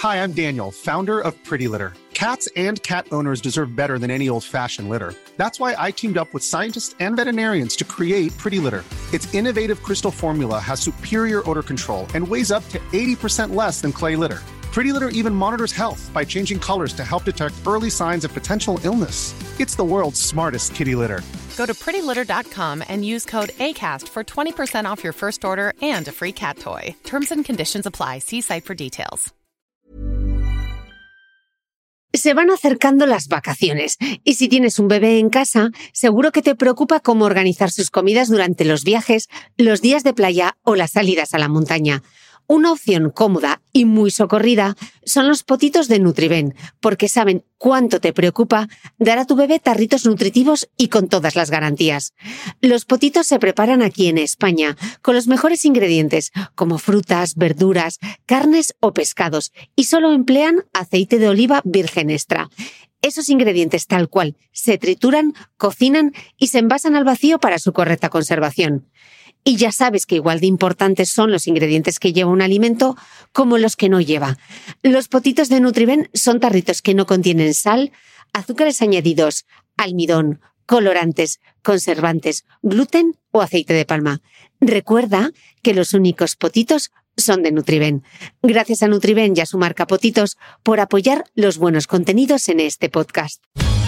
Hi, I'm Daniel, founder of Pretty Litter. Cats and cat owners deserve better than any old-fashioned litter. That's why I teamed up with scientists and veterinarians to create Pretty Litter. Its innovative crystal formula has superior odor control and weighs up to 80% less than clay litter. Pretty Litter even monitors health by changing colors to help detect early signs of potential illness. It's the world's smartest kitty litter. Go to prettylitter.com and use code ACAST for 20% off your first order and a free cat toy. Terms and conditions apply. See site for details. Se van acercando las vacaciones y si tienes un bebé en casa, seguro que te preocupa cómo organizar sus comidas durante los viajes, los días de playa o las salidas a la montaña. Una opción cómoda y muy socorrida son los potitos de Nutriben, porque saben cuánto te preocupa dar a tu bebé tarritos nutritivos y con todas las garantías. Los potitos se preparan aquí en España con los mejores ingredientes, como frutas, verduras, carnes o pescados, y solo emplean aceite de oliva virgen extra. Esos ingredientes tal cual se trituran, cocinan y se envasan al vacío para su correcta conservación. Y ya sabes que igual de importantes son los ingredientes que lleva un alimento como los que no lleva. Los potitos de Nutriben son tarritos que no contienen sal, azúcares añadidos, almidón, colorantes, conservantes, gluten o aceite de palma. Recuerda que los únicos potitos son de Nutriben. Gracias a Nutriben y a su marca Potitos por apoyar los buenos contenidos en este podcast.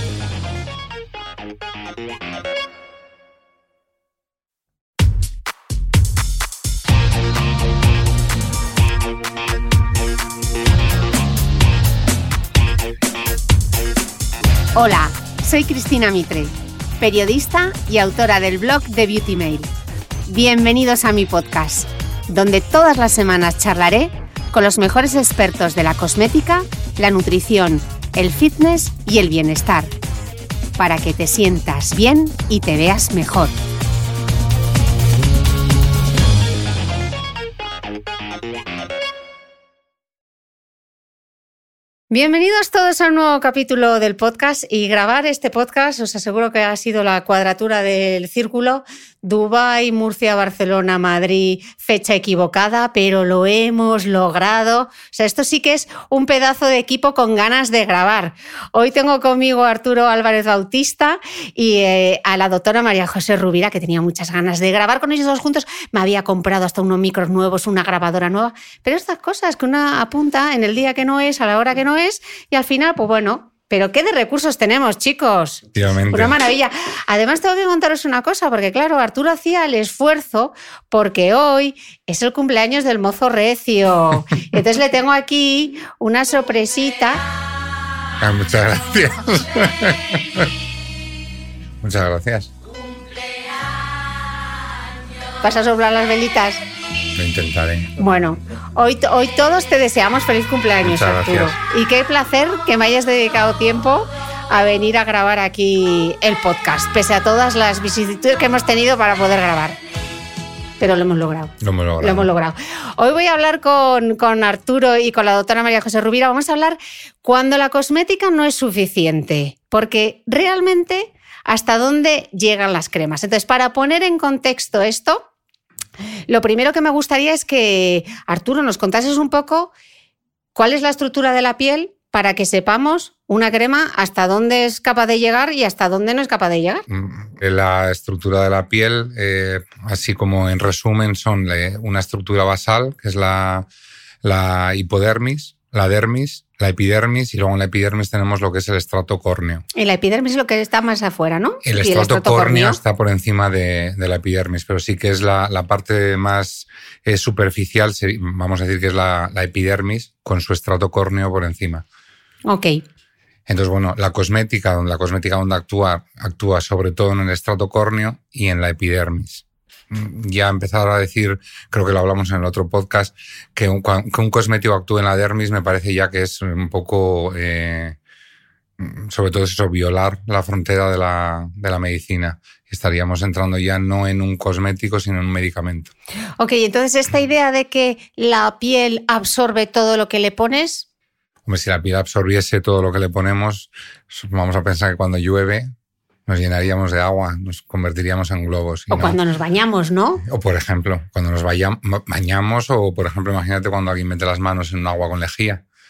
Hola, soy Cristina Mitre, periodista y autora del blog de Beauty Mail. Bienvenidos a mi podcast, donde todas las semanas charlaré con los mejores expertos de la cosmética, la nutrición, el fitness y el bienestar, para que te sientas bien y te veas mejor. Bienvenidos todos a un nuevo capítulo del podcast, y grabar este podcast os aseguro que ha sido la cuadratura del círculo. Dubái, Murcia, Barcelona, Madrid, fecha equivocada, pero lo hemos logrado. O sea, esto sí que es un pedazo de equipo con ganas de grabar. Hoy tengo conmigo a Arturo Álvarez Bautista y a la doctora María José Rubira, que tenía muchas ganas de grabar con ellos dos juntos. Me había comprado hasta unos micros nuevos, una grabadora nueva, pero estas cosas que una apunta en el día que no es, a la hora que no es, y al final, pues bueno, pero qué de recursos tenemos, chicos. Efectivamente. Una maravilla. Además, tengo que contaros una cosa, porque claro, Arturo hacía el esfuerzo porque hoy es el cumpleaños del mozo recio. Entonces le tengo aquí una sorpresita. Ah, muchas gracias. Muchas gracias. ¿Vas a soplar las velitas? Lo intentaré. Bueno, hoy todos te deseamos feliz cumpleaños, muchas Arturo. gracias. Y qué placer que me hayas dedicado tiempo a venir a grabar aquí el podcast, pese a todas las vicisitudes que hemos tenido para poder grabar. Pero lo hemos logrado. Lo hemos logrado. Hoy voy a hablar con Arturo y con la doctora María José Rubira. Vamos a hablar cuando la cosmética no es suficiente, porque realmente hasta dónde llegan las cremas. Entonces, para poner en contexto esto, lo primero que me gustaría es que, Arturo, nos contases un poco cuál es la estructura de la piel para que sepamos una crema hasta dónde es capaz de llegar y hasta dónde no es capaz de llegar. La estructura de la piel, así como en resumen, son una estructura basal, que es la hipodermis, la dermis, la epidermis, y luego en la epidermis tenemos lo que es el estrato córneo. Y la epidermis es lo que está más afuera, ¿no? El estrato córneo está por encima de la epidermis, pero sí que es la parte más superficial, vamos a decir que es la epidermis, con su estrato córneo por encima. Ok. Entonces, bueno, la cosmética donde actúa sobre todo en el estrato córneo y en la epidermis. Ya empezar a decir, creo que lo hablamos en el otro podcast, que un cosmético actúe en la dermis me parece ya que es un poco, sobre todo eso, violar la frontera de la medicina. Estaríamos entrando ya no en un cosmético, sino en un medicamento. Ok, entonces esta idea de que la piel absorbe todo lo que le pones... Hombre, si la piel absorbiese todo lo que le ponemos, vamos a pensar que cuando llueve nos llenaríamos de agua, nos convertiríamos en globos. O cuando nos bañamos, ¿no? O, por ejemplo, cuando nos bañamos, o, por ejemplo, imagínate cuando alguien mete las manos en un agua con lejía.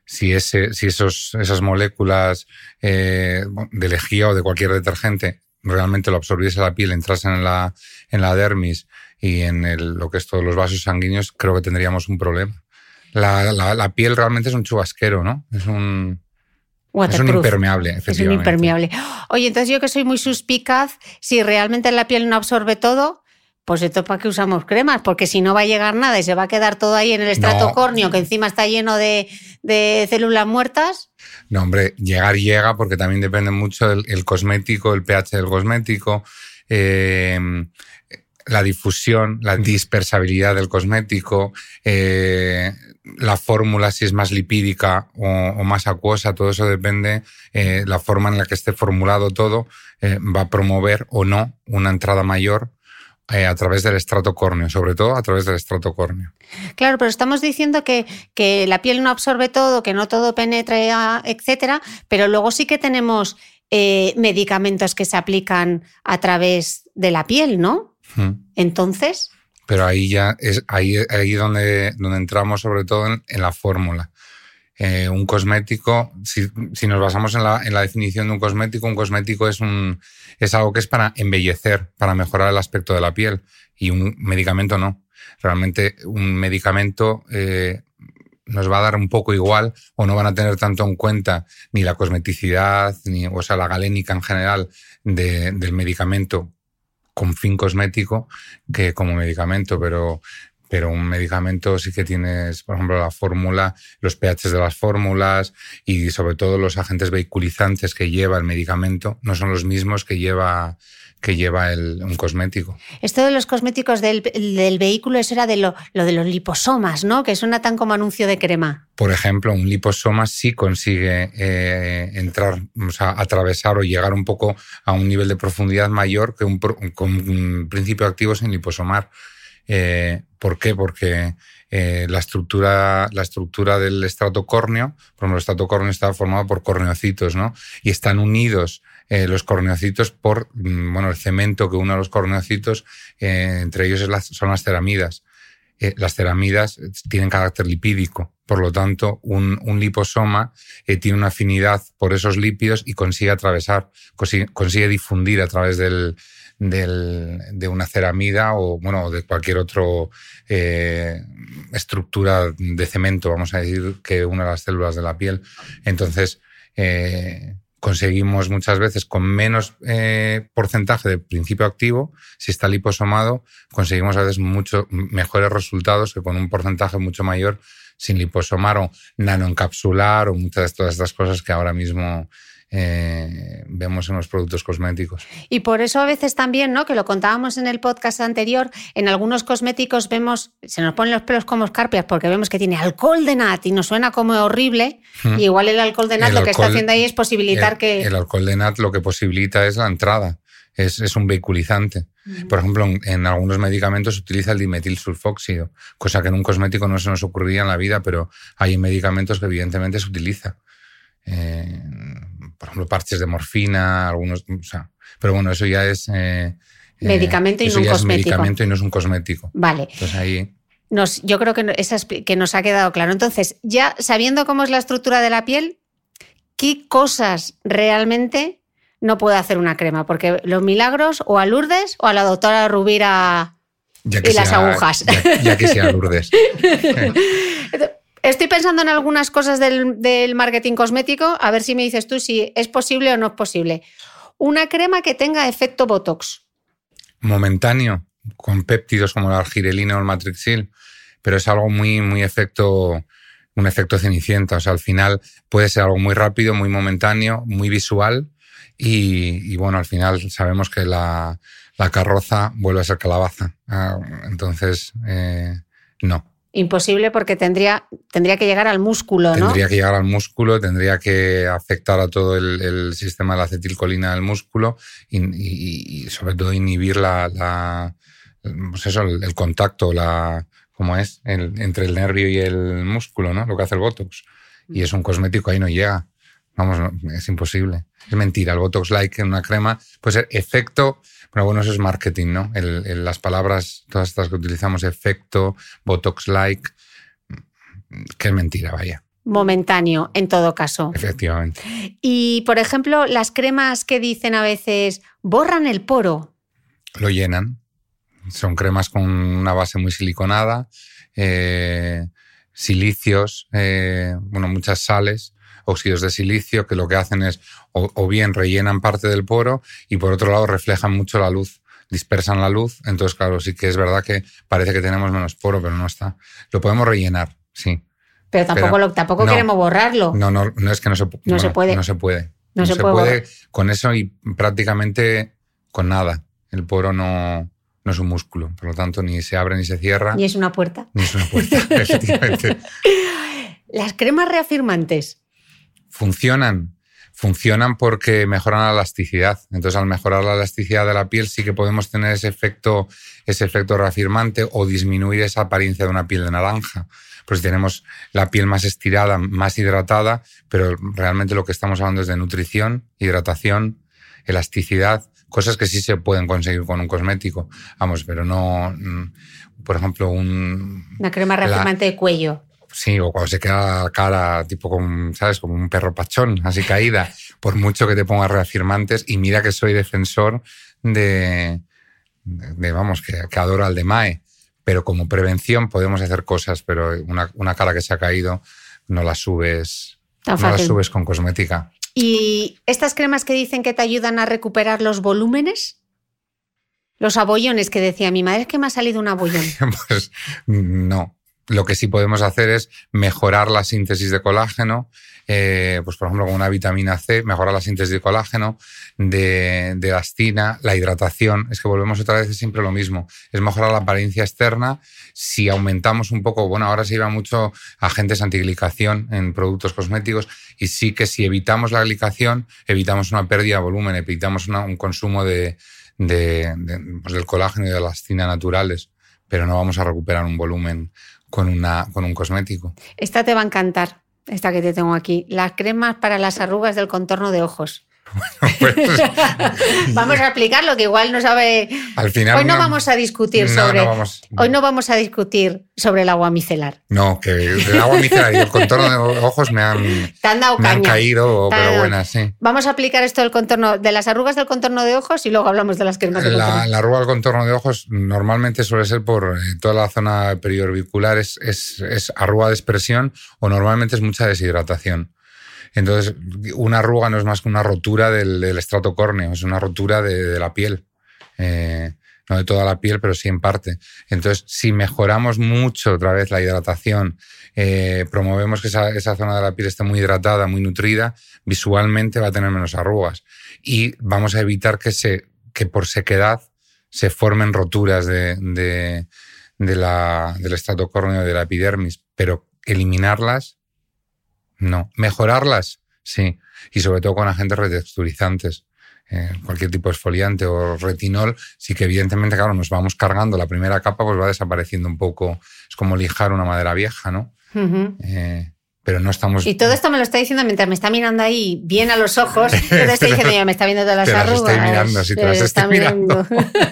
si esas moléculas de lejía o de cualquier detergente realmente lo absorbiese la piel, entrasen en la dermis y en lo que es todos los vasos sanguíneos, creo que tendríamos un problema. La piel realmente es un chubasquero, ¿no? Es un impermeable, efectivamente. Es un impermeable. Oye, entonces yo que soy muy suspicaz, si realmente la piel no absorbe todo, pues esto ¿para qué usamos cremas? Porque si no va a llegar nada y se va a quedar todo ahí en el estrato córneo, que encima está lleno de células muertas. No, hombre, llega porque también depende mucho del cosmético, el pH del cosmético, la difusión, la dispersabilidad del cosmético, la fórmula, si es más lipídica o más acuosa, todo eso depende. La forma en la que esté formulado todo va a promover o no una entrada mayor a través del estrato córneo, sobre todo a través del estrato córneo. Claro, pero estamos diciendo que la piel no absorbe todo, que no todo penetra, etcétera, pero luego sí que tenemos medicamentos que se aplican a través de la piel, ¿no? Entonces... Pero ahí ya es ahí donde entramos sobre todo en la fórmula. Un cosmético, si nos basamos en la definición de un cosmético es algo que es para embellecer, para mejorar el aspecto de la piel, y un medicamento no. Realmente un medicamento nos va a dar un poco igual, o no van a tener tanto en cuenta ni la cosmeticidad, la galénica en general del medicamento con fin cosmético que como medicamento, pero un medicamento sí que tienes, por ejemplo, la fórmula, los pHs de las fórmulas y sobre todo los agentes vehiculizantes que lleva el medicamento no son los mismos que lleva un cosmético. Esto de los cosméticos del vehículo, eso era de lo de los liposomas, ¿no? Que suena tan como anuncio de crema. Por ejemplo, un liposoma sí consigue entrar, o sea, atravesar o llegar un poco a un nivel de profundidad mayor que con un principio activo sin liposomar. ¿Por qué? Porque la estructura del estrato córneo, por ejemplo, el estrato córneo está formado por corneocitos, ¿no? Y están unidos los corneocitos por el cemento que une a los corneocitos, entre ellos son las ceramidas. Las ceramidas tienen carácter lipídico, por lo tanto, un liposoma tiene una afinidad por esos lípidos y consigue atravesar, consigue difundir a través de una ceramida o de cualquier otra estructura de cemento, vamos a decir, que une las células de la piel. Entonces, conseguimos muchas veces con menos porcentaje de principio activo, si está liposomado, conseguimos a veces mucho mejores resultados que con un porcentaje mucho mayor sin liposomar o nanoencapsular o muchas de todas estas cosas que ahora mismo vemos en los productos cosméticos. Y por eso a veces también, ¿no?, que lo contábamos en el podcast anterior, en algunos cosméticos se nos ponen los pelos como escarpias porque vemos que tiene alcohol de nat y nos suena como horrible. Y igual el alcohol de nat que está haciendo ahí es posibilitar que... El alcohol de nat lo que posibilita es la entrada, es un vehiculizante. Por ejemplo, en algunos medicamentos se utiliza el dimetilsulfóxido, cosa que en un cosmético no se nos ocurriría en la vida, pero hay medicamentos que evidentemente se utiliza. Por ejemplo, parches de morfina, algunos, pero bueno, eso ya es medicamento y no un cosmético. Es medicamento y no es un cosmético. Vale. Entonces ahí yo creo que nos ha quedado claro. Entonces, ya sabiendo cómo es la estructura de la piel, ¿qué cosas realmente no puede hacer una crema? Porque los milagros o a Lourdes o a la doctora Rubira y las agujas. Ya quisiera Lourdes. Estoy pensando en algunas cosas del marketing cosmético, a ver si me dices tú si es posible o no es posible. Una crema que tenga efecto Botox. Momentáneo, con péptidos como la arginina o el matrixil, pero es algo muy, muy un efecto cenicienta. O sea, al final puede ser algo muy rápido, muy momentáneo, muy visual y al final sabemos que la carroza vuelve a ser calabaza. Entonces, no. Imposible porque tendría que llegar al músculo, ¿no? Tendría que llegar al músculo, tendría que afectar a todo el sistema de la acetilcolina del músculo y sobre todo inhibir el contacto, ¿cómo es? Entre el nervio y el músculo, ¿no? Lo que hace el Botox. Y es un cosmético, ahí no llega. Vamos, es imposible. Es mentira. El Botox-like en una crema puede ser efecto... Pero bueno, eso es marketing, ¿no? Las palabras, todas estas que utilizamos, efecto, Botox-like, que es mentira, vaya. momentáneo, en todo caso. Efectivamente. Y, por ejemplo, las cremas que dicen a veces borran el poro. Lo llenan. Son cremas con una base muy siliconada, silicios, muchas sales, óxidos de silicio, que lo que hacen es o bien rellenan parte del poro y por otro lado reflejan mucho la luz, dispersan la luz. Entonces, claro, sí que es verdad que parece que tenemos menos poro, pero no está. Lo podemos rellenar, sí. Pero tampoco queremos borrarlo. No es que no se puede. No se puede. No se puede con eso y prácticamente con nada. El poro no es un músculo, por lo tanto ni se abre ni se cierra. Ni es una puerta. Efectivamente. Las cremas reafirmantes. Funcionan porque mejoran la elasticidad. Entonces, al mejorar la elasticidad de la piel sí que podemos tener ese efecto reafirmante o disminuir esa apariencia de una piel de naranja. Pues tenemos la piel más estirada, más hidratada, pero realmente lo que estamos hablando es de nutrición, hidratación, elasticidad, cosas que sí se pueden conseguir con un cosmético. Vamos, pero no, por ejemplo, una crema reafirmante de cuello. Sí, o cuando se queda la cara tipo como un perro pachón, así caída, por mucho que te pongas reafirmantes. Y mira que soy defensor de que adoro al de Mae. Pero como prevención podemos hacer cosas, pero una cara que se ha caído no la subes con cosmética. ¿Y estas cremas que dicen que te ayudan a recuperar los volúmenes? Los abollones que decía mi madre, es que me ha salido un abollón. Pues no. Lo que sí podemos hacer es mejorar la síntesis de colágeno, pues por ejemplo con una vitamina C, mejorar la síntesis de colágeno, de elastina, la hidratación. Es que volvemos otra vez, es siempre lo mismo. Es mejorar la apariencia externa. Si aumentamos un poco, ahora se lleva mucho agentes antiglicación en productos cosméticos y sí que si evitamos la glicación, evitamos una pérdida de volumen, evitamos un consumo del colágeno y de la elastina naturales, pero no vamos a recuperar un volumen con un cosmético. Esta te va a encantar, esta que te tengo aquí. Las cremas para las arrugas del contorno de ojos. Pues, vamos a explicarlo, que igual no sabe. Al final hoy no vamos a discutir hoy no vamos a discutir sobre el agua micelar. No, que el agua micelar y el contorno de ojos me han caído, pero buenas, sí. Vamos a aplicar esto de las arrugas del contorno de ojos y luego hablamos de las cremas de contorno. La arruga del contorno de ojos normalmente suele ser por toda la zona periorbicular, es arruga de expresión o normalmente es mucha deshidratación. Entonces, una arruga no es más que una rotura del estrato córneo, es una rotura de la piel. No de toda la piel, pero sí en parte. Entonces, si mejoramos mucho otra vez la hidratación, promovemos que esa zona de la piel esté muy hidratada, muy nutrida, visualmente va a tener menos arrugas. Y vamos a evitar que por sequedad se formen roturas del estrato córneo, de la epidermis, pero eliminarlas, no. Mejorarlas, sí. Y sobre todo con agentes retexturizantes. Cualquier tipo de esfoliante o retinol, sí que evidentemente, claro, nos vamos cargando la primera capa, pues va desapareciendo un poco. Es como lijar una madera vieja, ¿no? Uh-huh. Pero no estamos... Y todo esto me lo está diciendo mientras me está mirando ahí bien a los ojos. Yo te estoy diciendo, ya me está viendo todas las arrugas. Te las estoy mirando, sí, te las estoy mirando.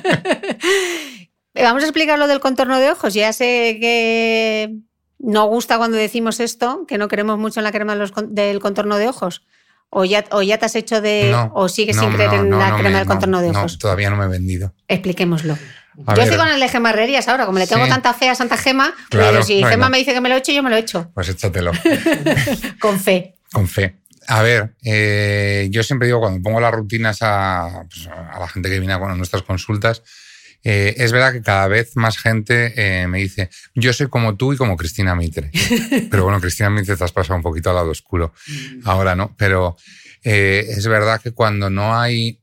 Vamos a explicar lo del contorno de ojos. Ya sé que no gusta cuando decimos esto, que no queremos mucho en la crema del contorno de ojos. ¿O ya te has hecho o sigues sin creer en la crema del contorno de ojos? No, todavía no me he vendido. Expliquémoslo. Yo estoy con el de Gema Herrerías ahora, como le tengo tanta fe a Santa Gema, claro, pero si Gema me dice que me lo he hecho, yo me lo he hecho. Pues échatelo. Con fe. Con fe. A ver, yo siempre digo, cuando pongo las rutinas a la gente que viene a nuestras consultas, es verdad que cada vez más gente me dice, yo soy como tú y como Cristina Mitre. Pero bueno, Cristina Mitre te has pasado un poquito al lado oscuro. Ahora no, pero es verdad que cuando no hay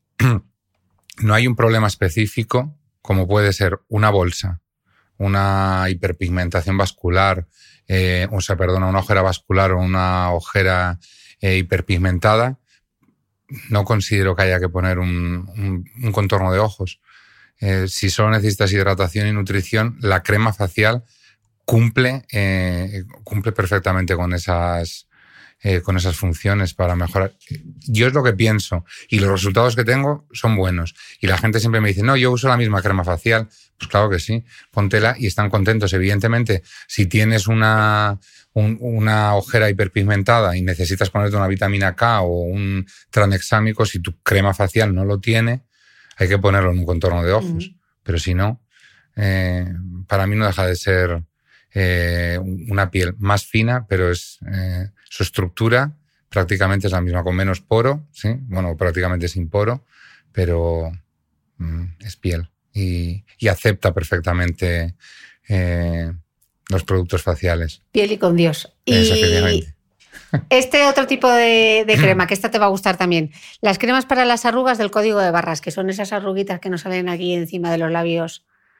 un problema específico, como puede ser una bolsa, una hiperpigmentación vascular, una ojera vascular o una ojera hiperpigmentada, no considero que haya que poner un contorno de ojos. Si solo necesitas hidratación y nutrición, la crema facial cumple perfectamente con esas con esas funciones para mejorar. Yo es lo que pienso y los resultados que tengo son buenos. Y la gente siempre me dice, no, yo uso la misma crema facial. Pues claro que sí, póntela y están contentos. Evidentemente, si tienes una ojera hiperpigmentada y necesitas ponerte una vitamina K o un tranexámico, si tu crema facial no lo tiene, hay que ponerlo en un contorno de ojos. Pero si no, para mí no deja de ser una piel más fina, pero su estructura prácticamente es la misma, con menos poro, ¿sí? Bueno, prácticamente sin poro, pero es piel y acepta perfectamente los productos faciales. Piel y con Dios. Eso, efectivamente. Este otro tipo de crema, que esta te va a gustar también. Las cremas para las arrugas del código de barras, que son esas arruguitas que nos salen aquí encima de los labios.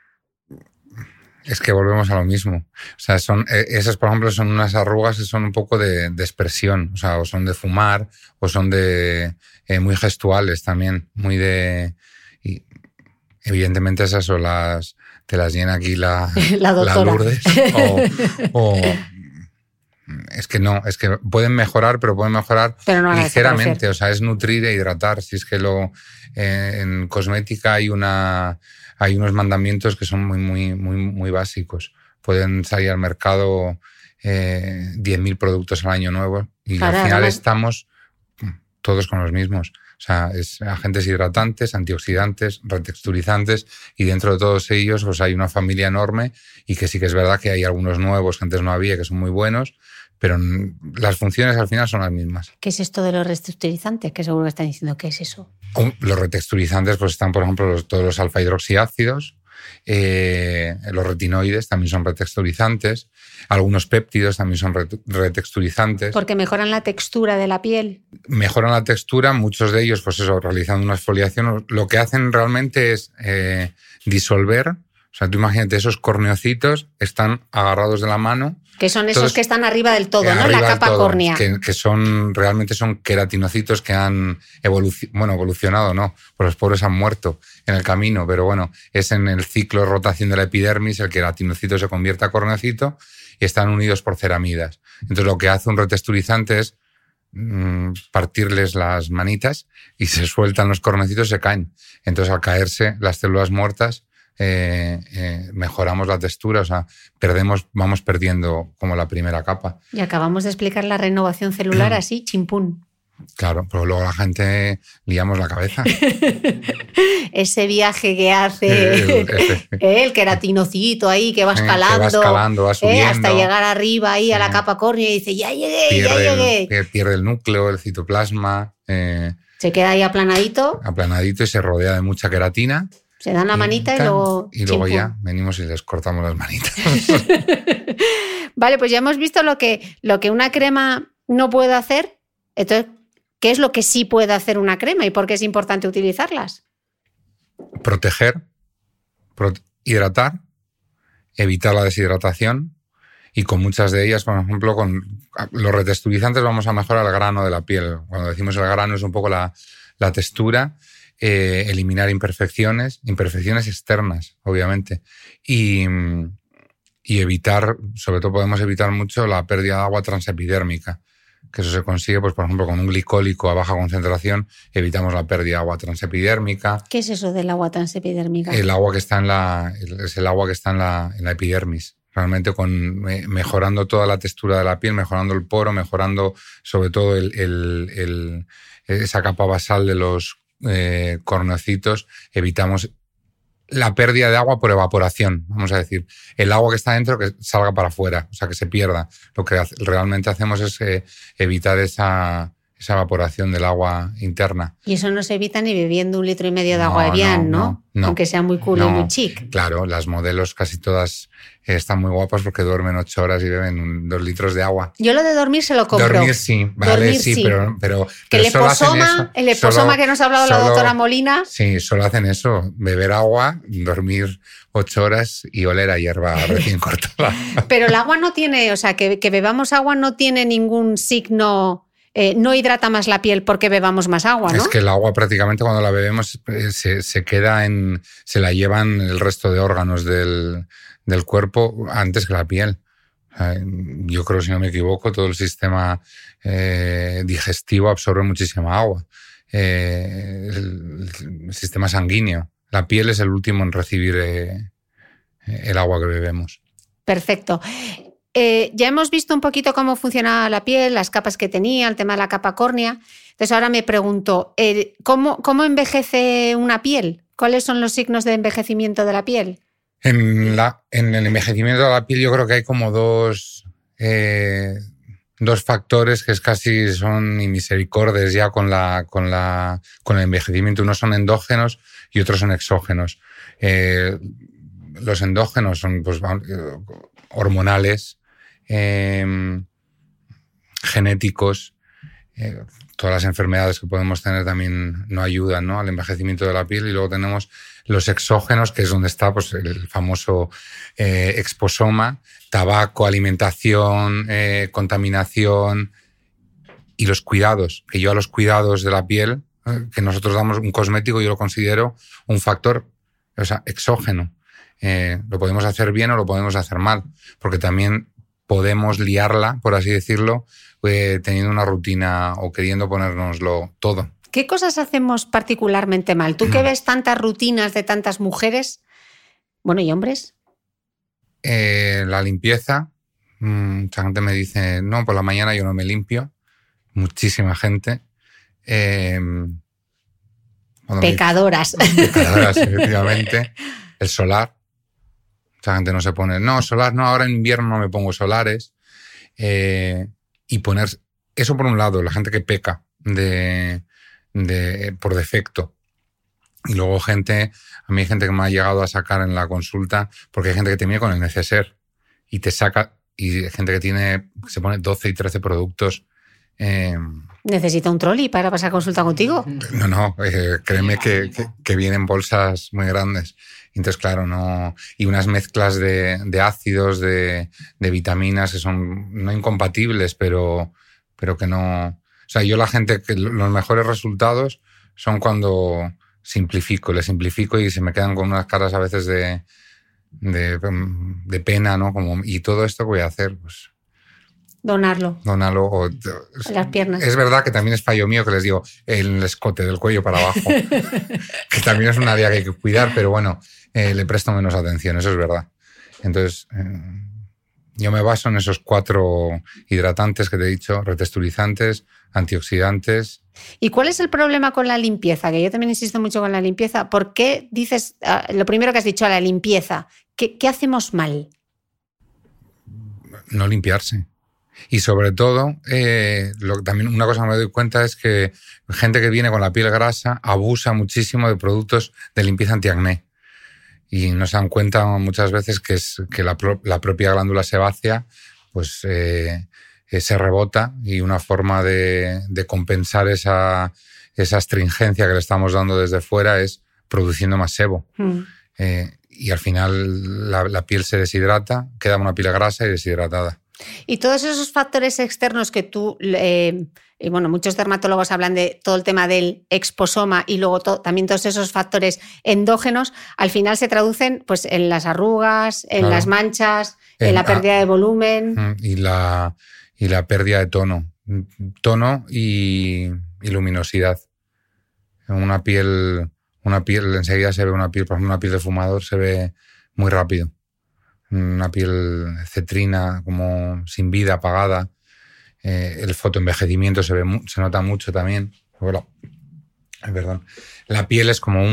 Es que volvemos a lo mismo. O sea, esas, por ejemplo, son unas arrugas que son un poco de expresión. O sea, o son de fumar, o son muy gestuales también. Muy de... Y evidentemente esas te las llena aquí la Lourdes. Es que no, es que pueden mejorar, pero pueden mejorar ligeramente. O sea, es nutrir e hidratar. Si es que en cosmética hay unos mandamientos que son muy básicos. Pueden salir al mercado 10.000 productos al año nuevos y al final estamos todos con los mismos. O sea, es agentes hidratantes, antioxidantes, retexturizantes, y dentro de todos ellos pues hay una familia enorme, y que sí que es verdad que hay algunos nuevos que antes no había, que son muy buenos, pero las funciones al final son las mismas. ¿Qué es esto de los retexturizantes? Que seguro que están diciendo, ¿qué es eso? Los retexturizantes pues están, por ejemplo, todos los alfa-hidroxiácidos, los retinoides también son retexturizantes, algunos péptidos también son retexturizantes. Porque mejoran la textura de la piel. Mejoran la textura, muchos de ellos, pues eso, realizando una exfoliación, lo que hacen realmente es disolver. O sea, tú imagínate, esos corneocitos están agarrados de la mano. Que son esos que están arriba del todo, ¿no? La capa córnea. Que realmente son queratinocitos que han evolucionado, ¿no? Pues los pobres han muerto en el camino, pero bueno, es en el ciclo de rotación de la epidermis, el queratinocito se convierte a corneocito y están unidos por ceramidas. Entonces lo que hace un retexturizante es partirles las manitas y se sueltan los corneocitos y se caen. Entonces al caerse las células muertas, mejoramos la textura, o sea, vamos perdiendo como la primera capa. Y acabamos de explicar la renovación celular así, chimpún. Claro, pero luego la gente liamos la cabeza. Ese viaje que hace el queratinocito ahí, que va escalando, va subiendo, hasta llegar arriba ahí a la capa córnea y dice, ya llegué. Pierde el núcleo, el citoplasma. Se queda ahí aplanadito. Aplanadito y se rodea de mucha queratina. Se dan la manita y luego... Y luego ya venimos y les cortamos las manitas. Vale, pues ya hemos visto lo que una crema no puede hacer. Entonces, ¿qué es lo que sí puede hacer una crema y por qué es importante utilizarlas? Proteger, hidratar, evitar la deshidratación, y con muchas de ellas, por ejemplo, con los retexturizantes vamos a mejorar el grano de la piel. Cuando decimos el grano es un poco la textura. Eliminar imperfecciones externas, obviamente, y evitar, sobre todo podemos evitar mucho la pérdida de agua transepidérmica, que eso se consigue, pues por ejemplo, con un glicólico a baja concentración evitamos la pérdida de agua transepidérmica. ¿Qué es eso del agua transepidérmica? El agua que está es el agua que está en la epidermis. Realmente mejorando toda la textura de la piel, mejorando el poro, mejorando sobre todo esa capa basal de los corneocitos, evitamos la pérdida de agua por evaporación, vamos a decir. El agua que está dentro que salga para afuera, o sea, que se pierda. Lo que realmente hacemos es evitar esa evaporación del agua interna. Y eso no se evita ni bebiendo 1,5 litros de agua Evian, ¿no? Aunque sea muy cool y muy chic. Claro, las modelos casi todas están muy guapas porque duermen 8 horas y beben 2 litros de agua. Yo lo de dormir se lo compro. Dormir sí, vale, dormir, sí. Pero que el eposoma que nos ha hablado la doctora Molina. Sí, solo hacen eso, beber agua, dormir 8 horas y oler a hierba recién cortada. Pero el agua no tiene, o sea, que bebamos agua no tiene ningún signo... no hidrata más la piel porque bebamos más agua, ¿no? Es que el agua prácticamente cuando la bebemos se queda se la llevan el resto de órganos del cuerpo antes que la piel. Yo creo, si no me equivoco, todo el sistema digestivo absorbe muchísima agua. El sistema sanguíneo. La piel es el último en recibir el agua que bebemos. Perfecto. Ya hemos visto un poquito cómo funciona la piel, las capas que tenía, el tema de la capa córnea. Entonces ahora me pregunto, ¿cómo envejece una piel? ¿Cuáles son los signos de envejecimiento de la piel? En el envejecimiento de la piel yo creo que hay como dos factores que casi son misericordias ya con el envejecimiento. Unos son endógenos y otros son exógenos. Los endógenos son pues, hormonales, genéticos. Todas las enfermedades que podemos tener también no ayudan, ¿no?, al envejecimiento de la piel. Y luego tenemos los exógenos, que es donde está pues, el famoso exposoma, tabaco, alimentación, contaminación y los cuidados. Que yo a los cuidados de la piel, que nosotros damos un cosmético, yo lo considero un factor, o sea, exógeno. Lo podemos hacer bien o lo podemos hacer mal, porque también podemos liarla, por así decirlo, teniendo una rutina o queriendo ponérnoslo todo. ¿Qué cosas hacemos particularmente mal? ¿Tú que ves tantas rutinas de tantas mujeres, bueno, y hombres? La limpieza. Mucha gente me dice, no, por la mañana yo no me limpio. Muchísima gente. Pecadoras. Pecadoras, efectivamente. El solar. Mucha gente no se pone, no, solar, no, ahora en invierno no me pongo solares. Y poner eso por un lado, la gente que peca por defecto. Y luego a mí hay gente que me ha llegado a sacar en la consulta, porque hay gente que te viene con el neceser y te saca, y hay gente que se pone 12 y 13 productos. ¿Necesita un trolley para pasar consulta contigo? No, créeme que vienen bolsas muy grandes. Entonces, claro, no. Y unas mezclas de ácidos, de vitaminas que son no incompatibles, pero que no. O sea, yo la gente que los mejores resultados son cuando le simplifico y se me quedan con unas caras a veces de pena, ¿no? Como, ¿y todo esto qué voy a hacer? Pues donarlo. Las piernas. Es verdad que también es fallo mío que les digo el escote del cuello para abajo, que también es un área que hay que cuidar, pero bueno, le presto menos atención, eso es verdad. Entonces, yo me baso en esos 4 hidratantes que te he dicho, retexturizantes, antioxidantes. ¿Y cuál es el problema con la limpieza? Que yo también insisto mucho con la limpieza. ¿Por qué dices, lo primero que has dicho, la limpieza? ¿Qué hacemos mal? No limpiarse. Y sobre todo, también una cosa que me doy cuenta es que gente que viene con la piel grasa abusa muchísimo de productos de limpieza antiacné. Y no se dan cuenta muchas veces que la propia glándula sebácea pues, se rebota, y una forma de compensar esa astringencia que le estamos dando desde fuera es produciendo más sebo. Y al final la piel se deshidrata, queda una piel grasa y deshidratada. Y todos esos factores externos que tú, y bueno, muchos dermatólogos hablan de todo el tema del exposoma y luego también todos esos factores endógenos, al final se traducen pues, en las arrugas, en las manchas, en la pérdida de volumen. Y la pérdida de tono y luminosidad. Una piel enseguida se ve una piel, por ejemplo, una piel de fumador se ve muy rápido. Una piel cetrina, como sin vida, apagada. El fotoenvejecimiento se nota mucho también. Bueno, perdón. La piel es como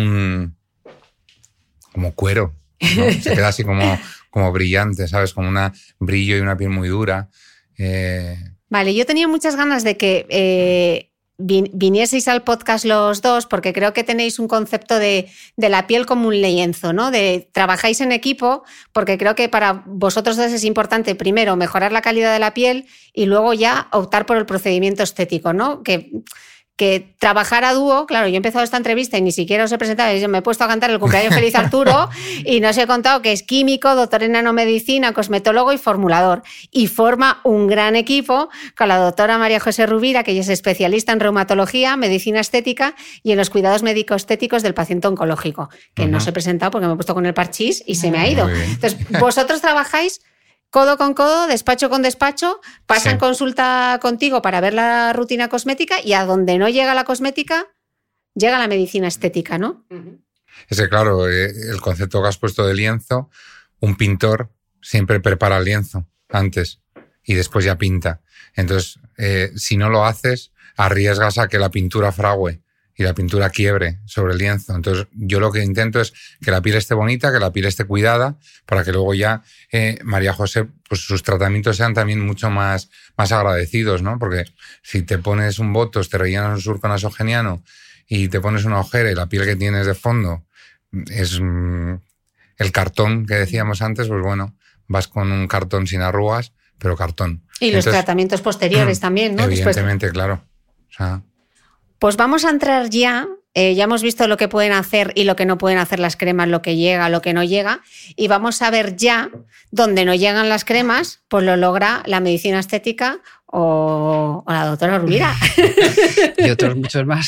cuero, ¿no? Se queda así como brillante, ¿sabes? Como un brillo y una piel muy dura. Vale, yo tenía muchas ganas de que vinieseis al podcast los dos, porque creo que tenéis un concepto de la piel como un lienzo, ¿no? Trabajáis en equipo, porque creo que para vosotros dos es importante primero mejorar la calidad de la piel y luego ya optar por el procedimiento estético, ¿no? Que trabajar a dúo, claro, yo he empezado esta entrevista y ni siquiera os he presentado, y me he puesto a cantar el cumpleaños feliz Arturo y no os he contado que es químico, doctor en nanomedicina, cosmetólogo y formulador, y forma un gran equipo con la doctora María José Rubira, que ella es especialista en reumatología, medicina estética y en los cuidados médico-estéticos del paciente oncológico, que no os he presentado porque me he puesto con el parchís y se me ha ido. Entonces, vosotros trabajáis codo con codo, despacho con despacho, pasan Sí. consulta contigo para ver la rutina cosmética y a donde no llega la cosmética, llega la medicina estética, ¿no? Es que, claro, el concepto que has puesto de lienzo, un pintor siempre prepara el lienzo antes y después ya pinta. Entonces, si no lo haces, arriesgas a que la pintura fragüe y la pintura quiebre sobre el lienzo. Entonces, yo lo que intento es que la piel esté bonita, que la piel esté cuidada, para que luego ya María José, pues sus tratamientos sean también mucho más agradecidos, ¿no? Porque si te pones un botox, te rellenas un surco nasogeniano y te pones una ojera y la piel que tienes de fondo es el cartón que decíamos antes, pues bueno, vas con un cartón sin arrugas, pero cartón. Y los tratamientos posteriores también, ¿no? Evidentemente, claro. O sea, pues vamos a entrar ya hemos visto lo que pueden hacer y lo que no pueden hacer las cremas, lo que llega, lo que no llega, y vamos a ver ya donde no llegan las cremas, pues lo logra la medicina estética o la doctora Rovira. Y otros muchos más.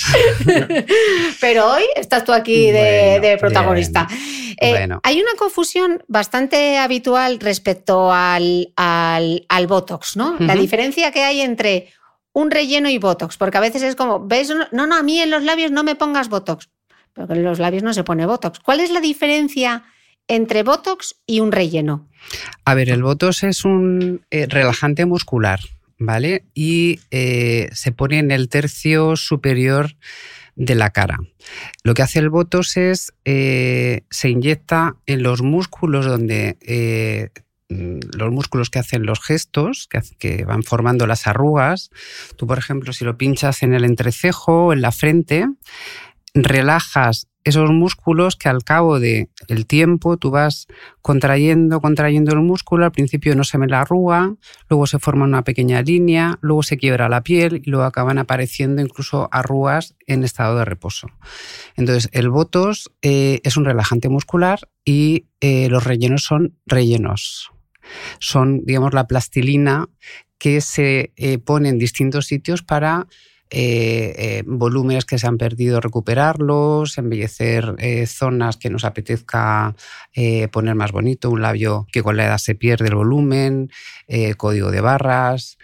Pero hoy estás tú aquí de protagonista. Bueno. Hay una confusión bastante habitual respecto al Botox, ¿no? La diferencia que hay entre un relleno y Botox, porque a veces es como, ¿ves? No, a mí en los labios no me pongas Botox, pero en los labios no se pone Botox. ¿Cuál es la diferencia entre Botox y un relleno? A ver, el Botox es un relajante muscular, ¿vale? Y se pone en el tercio superior de la cara. Lo que hace el Botox es, se inyecta en los músculos donde... los músculos que hacen los gestos, que van formando las arrugas. Tú, por ejemplo, si lo pinchas en el entrecejo o en la frente, relajas esos músculos que al cabo del tiempo tú vas contrayendo el músculo. Al principio no se ve la arruga, luego se forma una pequeña línea, luego se quiebra la piel y luego acaban apareciendo incluso arrugas en estado de reposo. Entonces, el Botox es un relajante muscular y los rellenos son rellenos. Son, digamos, la plastilina que se pone en distintos sitios para volúmenes que se han perdido, recuperarlos, embellecer zonas que nos apetezca poner más bonito, un labio que con la edad se pierde el volumen, código de barras.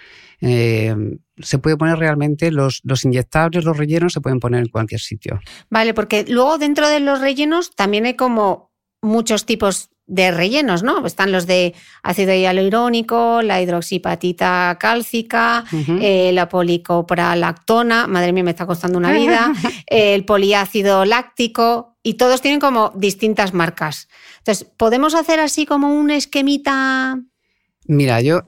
Se puede poner realmente los inyectables, los rellenos se pueden poner en cualquier sitio. Vale, porque luego dentro de los rellenos también hay como muchos tipos de rellenos, ¿no? Están los de ácido hialurónico, la hidroxipatita cálcica, la policopralactona, madre mía, me está costando una vida, el poliácido láctico, y todos tienen como distintas marcas. Entonces, ¿podemos hacer así como un esquemita? Mira, yo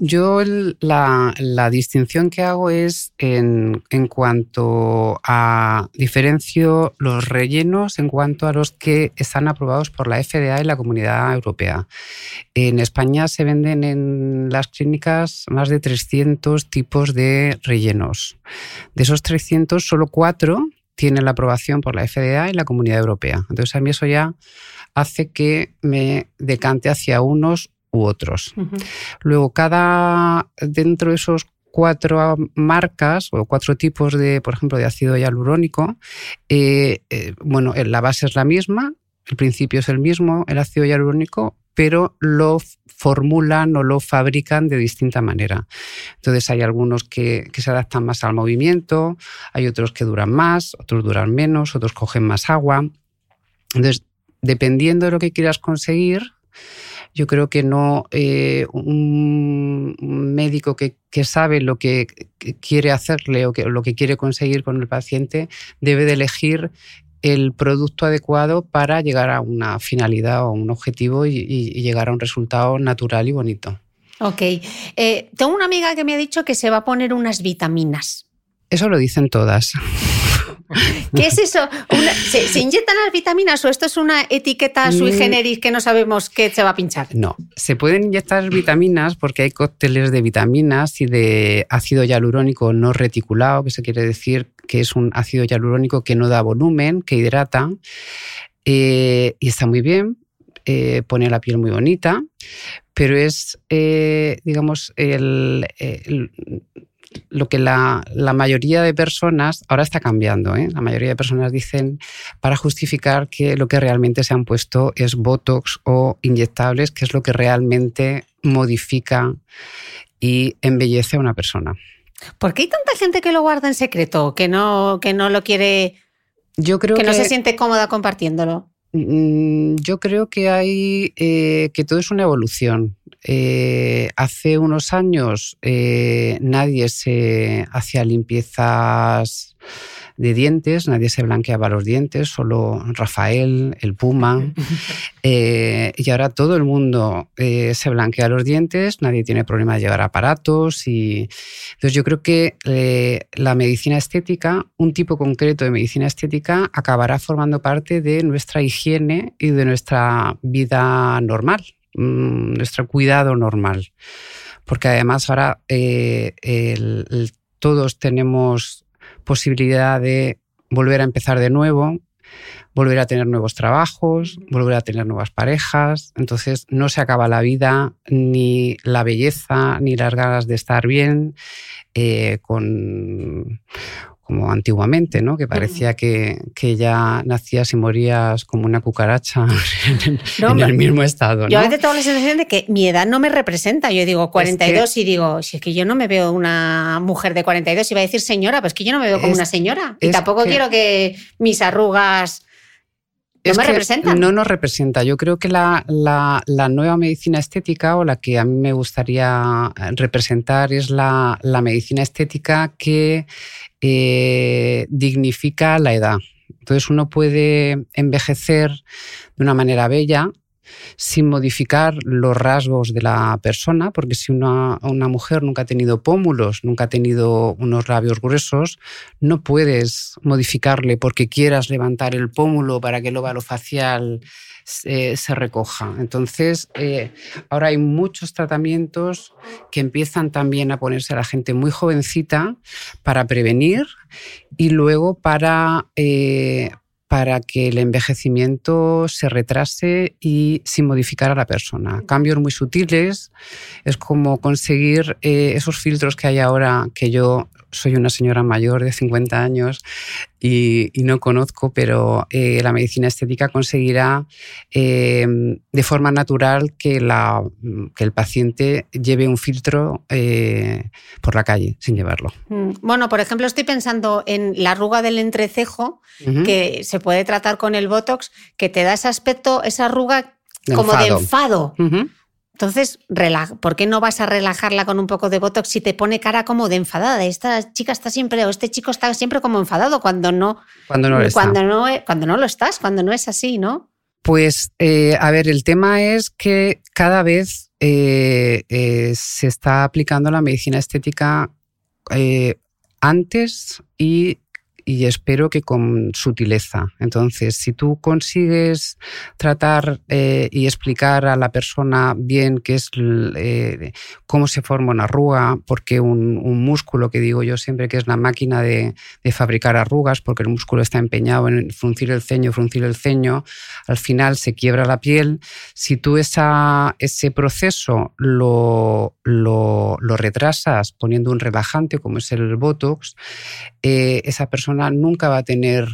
la distinción que hago es en cuanto a diferencio los rellenos en cuanto a los que están aprobados por la FDA y la Comunidad Europea. En España se venden en las clínicas más de 300 tipos de rellenos. De esos 300, solo 4 tienen la aprobación por la FDA y la Comunidad Europea. Entonces, a mí eso ya hace que me decante hacia unos u otros. Luego, dentro de esos 4 marcas o 4 tipos de, por ejemplo, de ácido hialurónico, la base es la misma, el principio es el mismo, el ácido hialurónico, pero lo formulan o lo fabrican de distinta manera. Entonces hay algunos que se adaptan más al movimiento, hay otros que duran más, otros duran menos, otros cogen más agua. Entonces, dependiendo de lo que quieras conseguir, yo creo que no un médico que sabe lo que quiere hacerle o lo que quiere conseguir con el paciente debe de elegir el producto adecuado para llegar a una finalidad o un objetivo y llegar a un resultado natural y bonito. Ok. Tengo una amiga que me ha dicho que se va a poner unas vitaminas. Eso lo dicen todas. ¿Qué es eso? ¿Se inyectan las vitaminas o esto es una etiqueta sui generis que no sabemos qué se va a pinchar? No, se pueden inyectar vitaminas porque hay cócteles de vitaminas y de ácido hialurónico no reticulado, que se quiere decir que es un ácido hialurónico que no da volumen, que hidrata, y está muy bien, pone la piel muy bonita, pero es, lo que la mayoría de personas, ahora está cambiando, la mayoría de personas dicen para justificar que lo que realmente se han puesto es Botox o inyectables, que es lo que realmente modifica y embellece a una persona. ¿Por qué hay tanta gente que lo guarda en secreto, que no lo quiere, yo creo que no se siente cómoda compartiéndolo? Yo creo que hay que todo es una evolución. Hace unos años nadie se hacía limpiezas de dientes, nadie se blanqueaba los dientes, solo Rafael, el Puma. Y ahora todo el mundo se blanquea los dientes, nadie tiene problema de llevar aparatos. Entonces yo creo que la medicina estética, un tipo concreto de medicina estética, acabará formando parte de nuestra higiene y de nuestra vida normal, nuestro cuidado normal. Porque además ahora todos tenemos posibilidad de volver a empezar de nuevo, volver a tener nuevos trabajos, volver a tener nuevas parejas. Entonces no se acaba la vida, ni la belleza, ni las ganas de estar bien, como antiguamente, ¿no? Que parecía que ya nacías y morías como una cucaracha en el mismo estado, ¿no? Yo a veces tengo la sensación de que mi edad no me representa. Yo digo 42 y digo, si es que yo no me veo una mujer de 42, iba a decir señora, pues que yo no me veo como una señora. Y tampoco quiero que mis arrugas no me representan. No nos representa. Yo creo que la nueva medicina estética, o la que a mí me gustaría representar, es la medicina estética que dignifica la edad. Entonces uno puede envejecer de una manera bella sin modificar los rasgos de la persona, porque si una mujer nunca ha tenido pómulos, nunca ha tenido unos labios gruesos, no puedes modificarle porque quieras levantar el pómulo para que el óvalo facial se recoja. Entonces, ahora hay muchos tratamientos que empiezan también a ponerse a la gente muy jovencita para prevenir y luego para que el envejecimiento se retrase y sin modificar a la persona. Cambios muy sutiles, es como conseguir esos filtros que hay ahora, que yo soy una señora mayor de 50 años y no conozco, pero la medicina estética conseguirá de forma natural que el paciente lleve un filtro por la calle sin llevarlo. Bueno, por ejemplo, estoy pensando en la arruga del entrecejo, que se puede tratar con el Botox, que te da ese aspecto, esa arruga como de enfado. Entonces, ¿por qué no vas a relajarla con un poco de Botox si te pone cara como de enfadada? Esta chica está siempre, o este chico está siempre como enfadado cuando no lo estás, cuando no es así, ¿no? Pues, a ver, el tema es que cada vez se está aplicando la medicina estética antes y espero que con sutileza. Entonces, si tú consigues tratar y explicar a la persona bien qué es cómo se forma una arruga, porque un músculo, que digo yo siempre que es la máquina de fabricar arrugas, porque el músculo está empeñado en fruncir el ceño, al final se quiebra la piel. Si tú ese proceso lo retrasas poniendo un relajante como es el Botox, esa persona nunca va a tener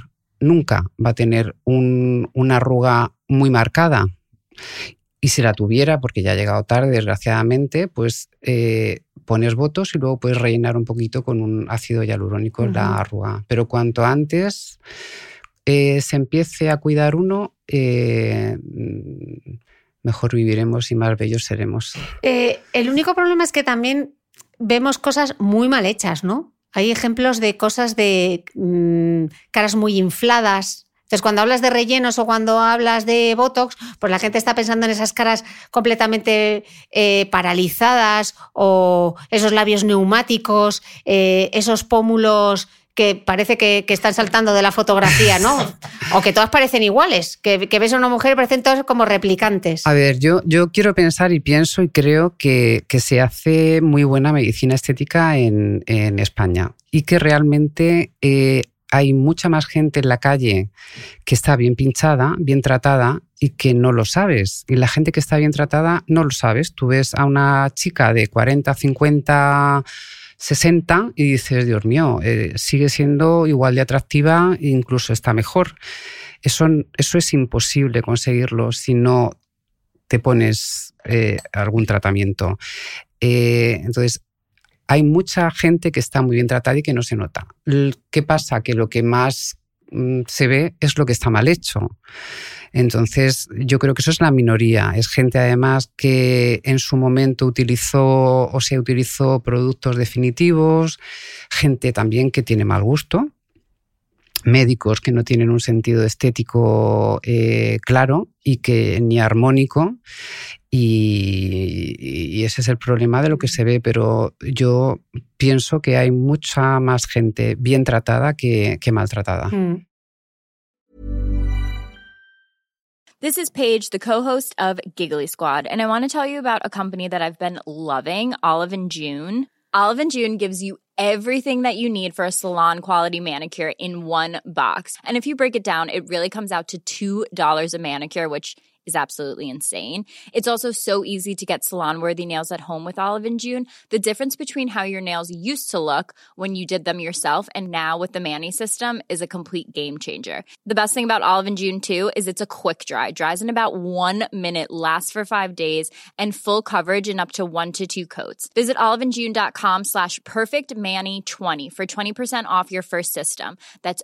una arruga muy marcada. Y si la tuviera, porque ya ha llegado tarde, desgraciadamente, pues pones Botox y luego puedes rellenar un poquito con un ácido hialurónico la arruga. Pero cuanto antes se empiece a cuidar uno, mejor viviremos y más bellos seremos. El único problema es que también vemos cosas muy mal hechas, ¿no? Hay ejemplos de cosas de caras muy infladas. Entonces, cuando hablas de rellenos o cuando hablas de Botox, pues la gente está pensando en esas caras completamente paralizadas, o esos labios neumáticos, esos pómulos que parece que están saltando de la fotografía, ¿no? O que todas parecen iguales, que ves a una mujer y parecen todas como replicantes. A ver, yo quiero pensar y pienso y creo que se hace muy buena medicina estética en España y que realmente hay mucha más gente en la calle que está bien pinchada, bien tratada y que no lo sabes. Y la gente que está bien tratada no lo sabes. Tú ves a una chica de 40, 50... 60 y dices, Dios mío, sigue siendo igual de atractiva e incluso está mejor. Eso es imposible conseguirlo si no te pones algún tratamiento. Entonces, hay mucha gente que está muy bien tratada y que no se nota. ¿Qué pasa? Que lo que más se ve es lo que está mal hecho. Entonces, yo creo que eso es la minoría. Es gente, además, que en su momento utilizó productos definitivos, gente también que tiene mal gusto, médicos que no tienen un sentido estético claro y que ni armónico. Y ese es el problema de lo que se ve, pero yo pienso que hay mucha más gente bien tratada que maltratada. This is Paige, the co-host of Giggly Squad, and I want to tell you about a company that I've been loving, Olive & June. Olive & June gives you everything that you need for a salon-quality manicure in one box. And if you break it down, it really comes out to $2 a manicure, which is absolutely insane. It's also so easy to get salon-worthy nails at home with Olive & June. The difference between how your nails used to look when you did them yourself and now with the Mani system is a complete game changer. The best thing about Olive & June, too, is it's a quick dry. Dries in about 1 minute, lasts for 5 days, and full coverage in up to 1 to 2 coats. Visit oliveandjune.com/perfectmani20 for 20% off your first system. That's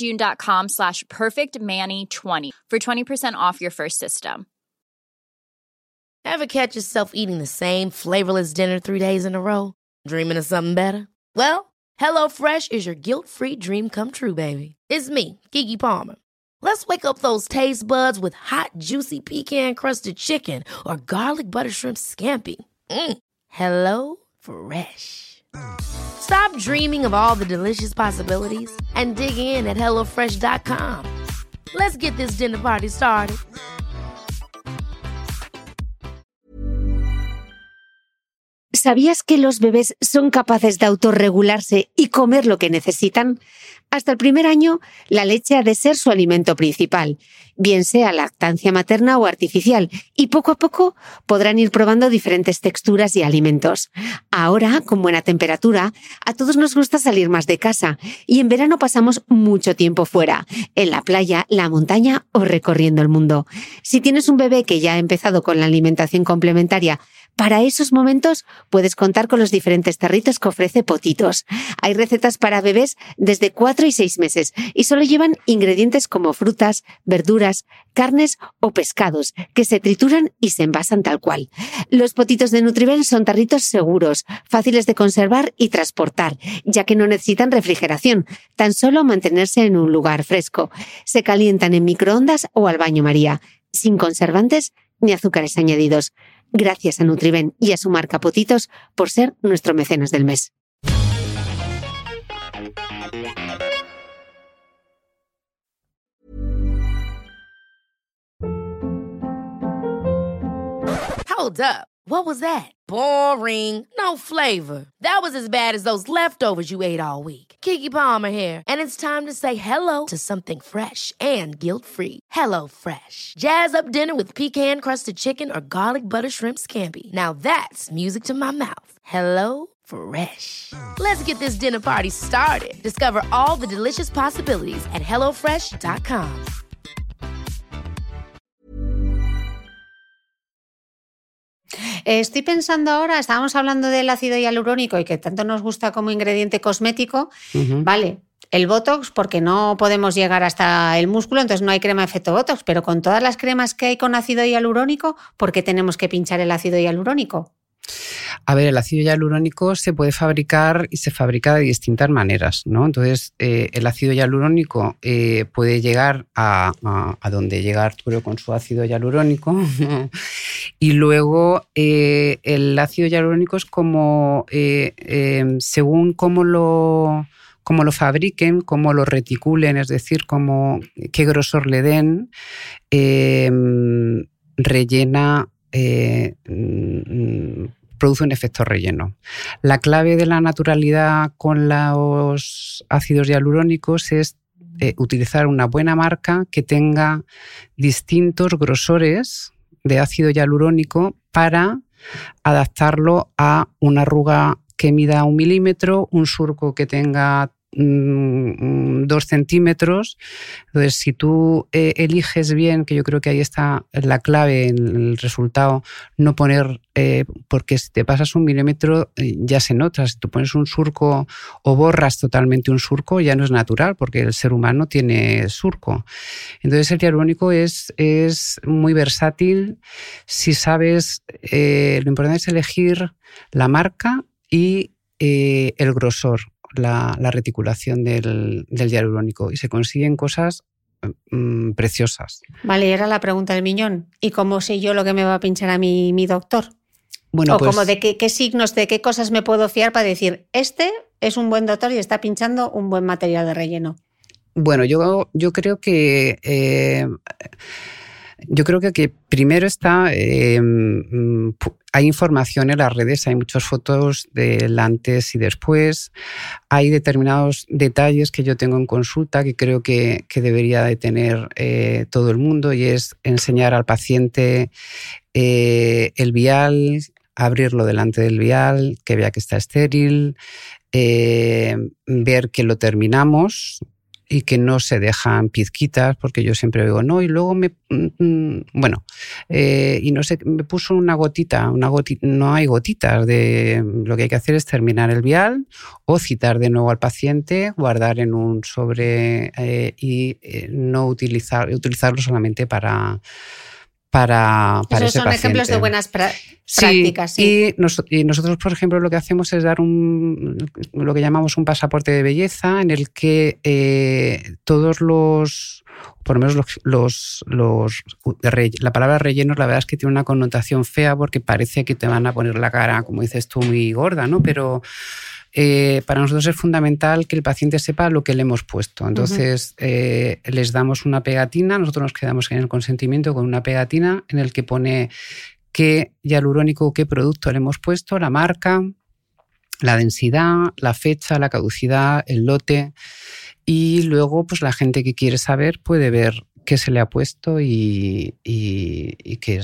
oliveandjune.com/perfectmani20 for 20% off your first system. Ever catch yourself eating the same flavorless dinner 3 days in a row? Dreaming of something better? Well, HelloFresh is your guilt-free dream come true, baby. It's me, Keke Palmer. Let's wake up those taste buds with hot, juicy pecan-crusted chicken or garlic butter shrimp scampi. HelloFresh. Stop dreaming of all the delicious possibilities and dig in at HelloFresh.com. Let's get this dinner party started. ¿Sabías que los bebés son capaces de autorregularse y comer lo que necesitan? Hasta el primer año, la leche ha de ser su alimento principal, bien sea lactancia materna o artificial, y poco a poco podrán ir probando diferentes texturas y alimentos. Ahora, con buena temperatura, a todos nos gusta salir más de casa, y en verano pasamos mucho tiempo fuera, en la playa, la montaña o recorriendo el mundo. Si tienes un bebé que ya ha empezado con la alimentación complementaria, para esos momentos puedes contar con los diferentes tarritos que ofrece Potitos. Hay recetas para bebés desde 4 y 6 meses y solo llevan ingredientes como frutas, verduras, carnes o pescados que se trituran y se envasan tal cual. Los Potitos de Nutriben son tarritos seguros, fáciles de conservar y transportar, ya que no necesitan refrigeración, tan solo mantenerse en un lugar fresco. Se calientan en microondas o al baño María, sin conservantes ni azúcares añadidos. Gracias a Nutriben y a su marca Potitos por ser nuestro mecenas del mes. Hold up. What was that? Boring. No flavor. That was as bad as those leftovers you ate all week. Keke Palmer here, and it's time to say hello to something fresh and guilt-free. Hello Fresh. Jazz up dinner with pecan-crusted chicken or garlic butter shrimp scampi. Now that's music to my mouth. Hello Fresh. Let's get this dinner party started. Discover all the delicious possibilities at HelloFresh.com. Estoy pensando ahora, estábamos hablando del ácido hialurónico y que tanto nos gusta como ingrediente cosmético. Vale, el Botox, porque no podemos llegar hasta el músculo, entonces no hay crema de efecto Botox, pero con todas las cremas que hay con ácido hialurónico, ¿por qué tenemos que pinchar el ácido hialurónico? A ver, el ácido hialurónico se puede fabricar y se fabrica de distintas maneras, ¿no? Entonces, el ácido hialurónico puede llegar a donde llega Arturo con su ácido hialurónico y luego el ácido hialurónico es como, según cómo lo fabriquen, cómo lo reticulen, es decir, qué grosor le den, rellena, produce un efecto relleno. La clave de la naturalidad con los ácidos hialurónicos es utilizar una buena marca que tenga distintos grosores de ácido hialurónico para adaptarlo a una arruga que mida 1 milímetro, un surco que tenga 2 centímetros. Entonces, si tú eliges bien, que yo creo que ahí está la clave en el resultado, no poner, porque si te pasas 1 milímetro ya se nota. Si tú pones un surco o borras totalmente un surco, ya no es natural, porque el ser humano tiene surco. Entonces, el hialurónico es muy versátil. Si sabes, lo importante es elegir la marca y el grosor, la reticulación del hialurónico, y se consiguen cosas preciosas. Vale, era la pregunta del millón. ¿Y cómo sé yo lo que me va a pinchar a mi doctor? Bueno, o pues, como de qué signos, de qué cosas me puedo fiar para decir, este es un buen doctor y está pinchando un buen material de relleno. Bueno, yo creo que primero está, hay información en las redes, hay muchas fotos del antes y después, hay determinados detalles que yo tengo en consulta que creo que debería de tener todo el mundo, y es enseñar al paciente el vial, abrirlo delante del vial, que vea que está estéril, ver que lo terminamos y que no se dejan pizquitas, porque yo siempre digo, no, y luego y no sé, me puso una gotita, no hay gotitas, lo que hay que hacer es terminar el vial o citar de nuevo al paciente, guardar en un sobre y no utilizarlo solamente para Esos son paciente. ejemplos de buenas prácticas. Sí. Y nosotros, por ejemplo, lo que hacemos es dar lo que llamamos un pasaporte de belleza, en el que todos por lo menos la palabra rellenos, la verdad es que tiene una connotación fea, porque parece que te van a poner la cara, como dices tú, muy gorda, ¿no? Pero para nosotros es fundamental que el paciente sepa lo que le hemos puesto. Entonces, les damos una pegatina, nosotros nos quedamos en el consentimiento con una pegatina en el que pone qué hialurónico, qué producto le hemos puesto, la marca, la densidad, la fecha, la caducidad, el lote, y luego pues la gente que quiere saber puede ver qué se le ha puesto y que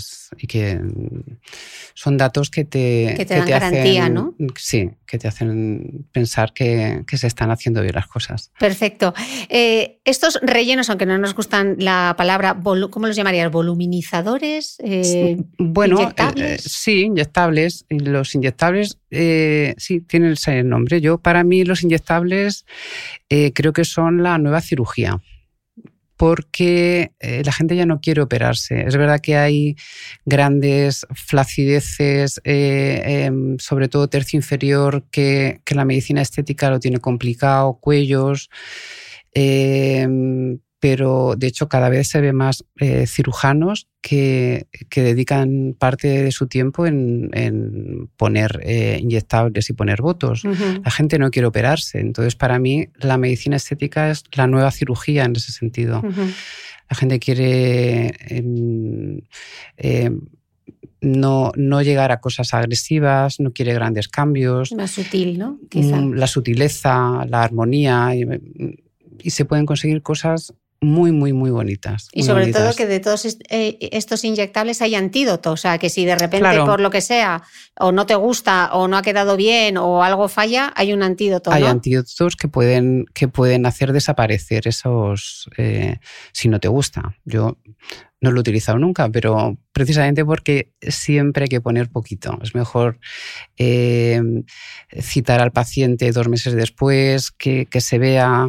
son datos que te dan garantía, hacen, ¿no? Sí, que te hacen pensar que se están haciendo bien las cosas. Perfecto. Estos rellenos, aunque no nos gustan la palabra, ¿cómo los llamarías? ¿Voluminizadores? ¿Inyectables? Sí, inyectables. Los inyectables sí tienen ese nombre. Para mí los inyectables creo que son la nueva cirugía, porque la gente ya no quiere operarse. Es verdad que hay grandes flacideces, sobre todo tercio inferior, que la medicina estética lo tiene complicado, cuellos, pero de hecho cada vez se ve más cirujanos que dedican parte de su tiempo en poner inyectables y poner botox. La gente no quiere operarse. Entonces, para mí, la medicina estética es la nueva cirugía en ese sentido. La gente quiere no llegar a cosas agresivas, no quiere grandes cambios. Más sutil, ¿no? Quizá. La sutileza, la armonía, y se pueden conseguir cosas muy, muy, muy bonitas. Y sobre todo que de todos estos inyectables hay antídoto. O sea, que si de repente, claro, por lo que sea, o no te gusta, o no ha quedado bien, o algo falla, hay un antídoto, ¿no? Hay antídotos que pueden hacer desaparecer esos, si no te gusta. Yo no lo he utilizado nunca, pero precisamente porque siempre hay que poner poquito. Es mejor citar al paciente 2 meses después, que se vea,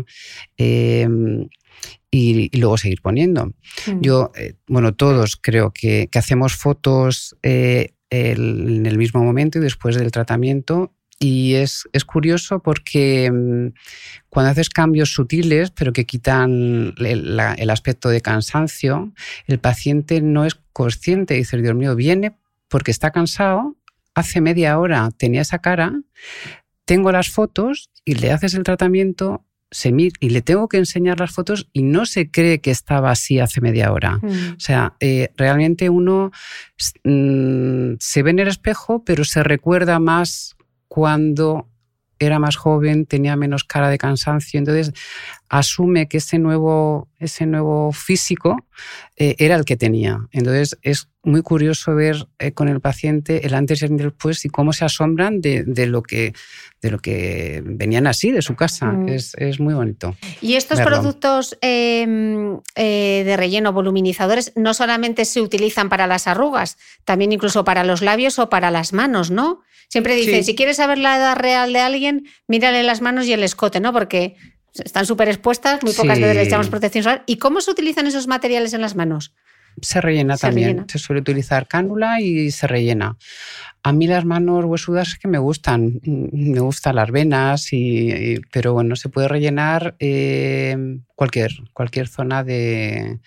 y luego seguir poniendo. Yo, todos creo que hacemos fotos en el mismo momento y después del tratamiento, y es curioso porque cuando haces cambios sutiles pero que quitan el aspecto de cansancio, el paciente no es consciente. Dice, Dios mío, viene porque está cansado, hace media hora tenía esa cara, tengo las fotos, y le haces el tratamiento, y le tengo que enseñar las fotos y no se cree que estaba así hace media hora. O sea, realmente uno se ve en el espejo, pero se recuerda más cuando era más joven, tenía menos cara de cansancio, entonces asume que ese nuevo físico era el que tenía. Entonces es muy curioso ver con el paciente el antes y el después y cómo se asombran de lo que venían así de su casa. Es muy bonito. Y estos verlo. productos de relleno voluminizadores no solamente se utilizan para las arrugas, también incluso para los labios o para las manos, ¿no? Siempre dicen, si quieres saber la edad real de alguien, mírale las manos y el escote, ¿no? Porque están súper expuestas, muy pocas veces les echamos protección solar. ¿Y cómo se utilizan esos materiales en las manos? Se rellena también. Se suele utilizar cánula y se rellena. A mí las manos huesudas es que me gustan. Me gustan las venas, pero bueno, se puede rellenar cualquier zona de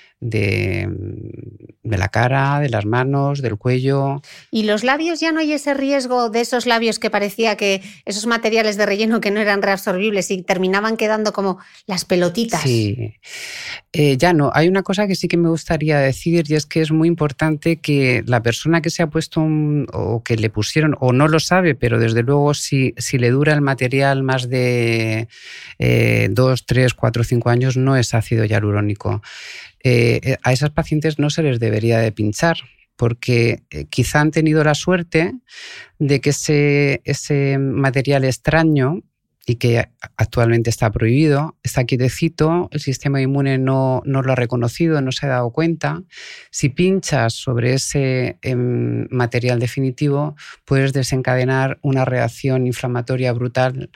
la cara, de las manos, del cuello. ¿Y los labios ya no hay ese riesgo de esos labios que parecía que esos materiales de relleno que no eran reabsorbibles y terminaban quedando como las pelotitas? Sí, ya no. Hay una cosa que sí que me gustaría decir y es que es muy importante que la persona que se ha puesto o que le pusieron o no lo sabe, pero desde luego si le dura el material más de 2, 3, 4, 5 años no es ácido hialurónico. A esas pacientes no se les debería de pinchar porque quizá han tenido la suerte de que ese material extraño y que actualmente está prohibido, está quietecito, el sistema inmune no lo ha reconocido, no se ha dado cuenta. Si pinchas sobre ese material definitivo, puedes desencadenar una reacción inflamatoria brutal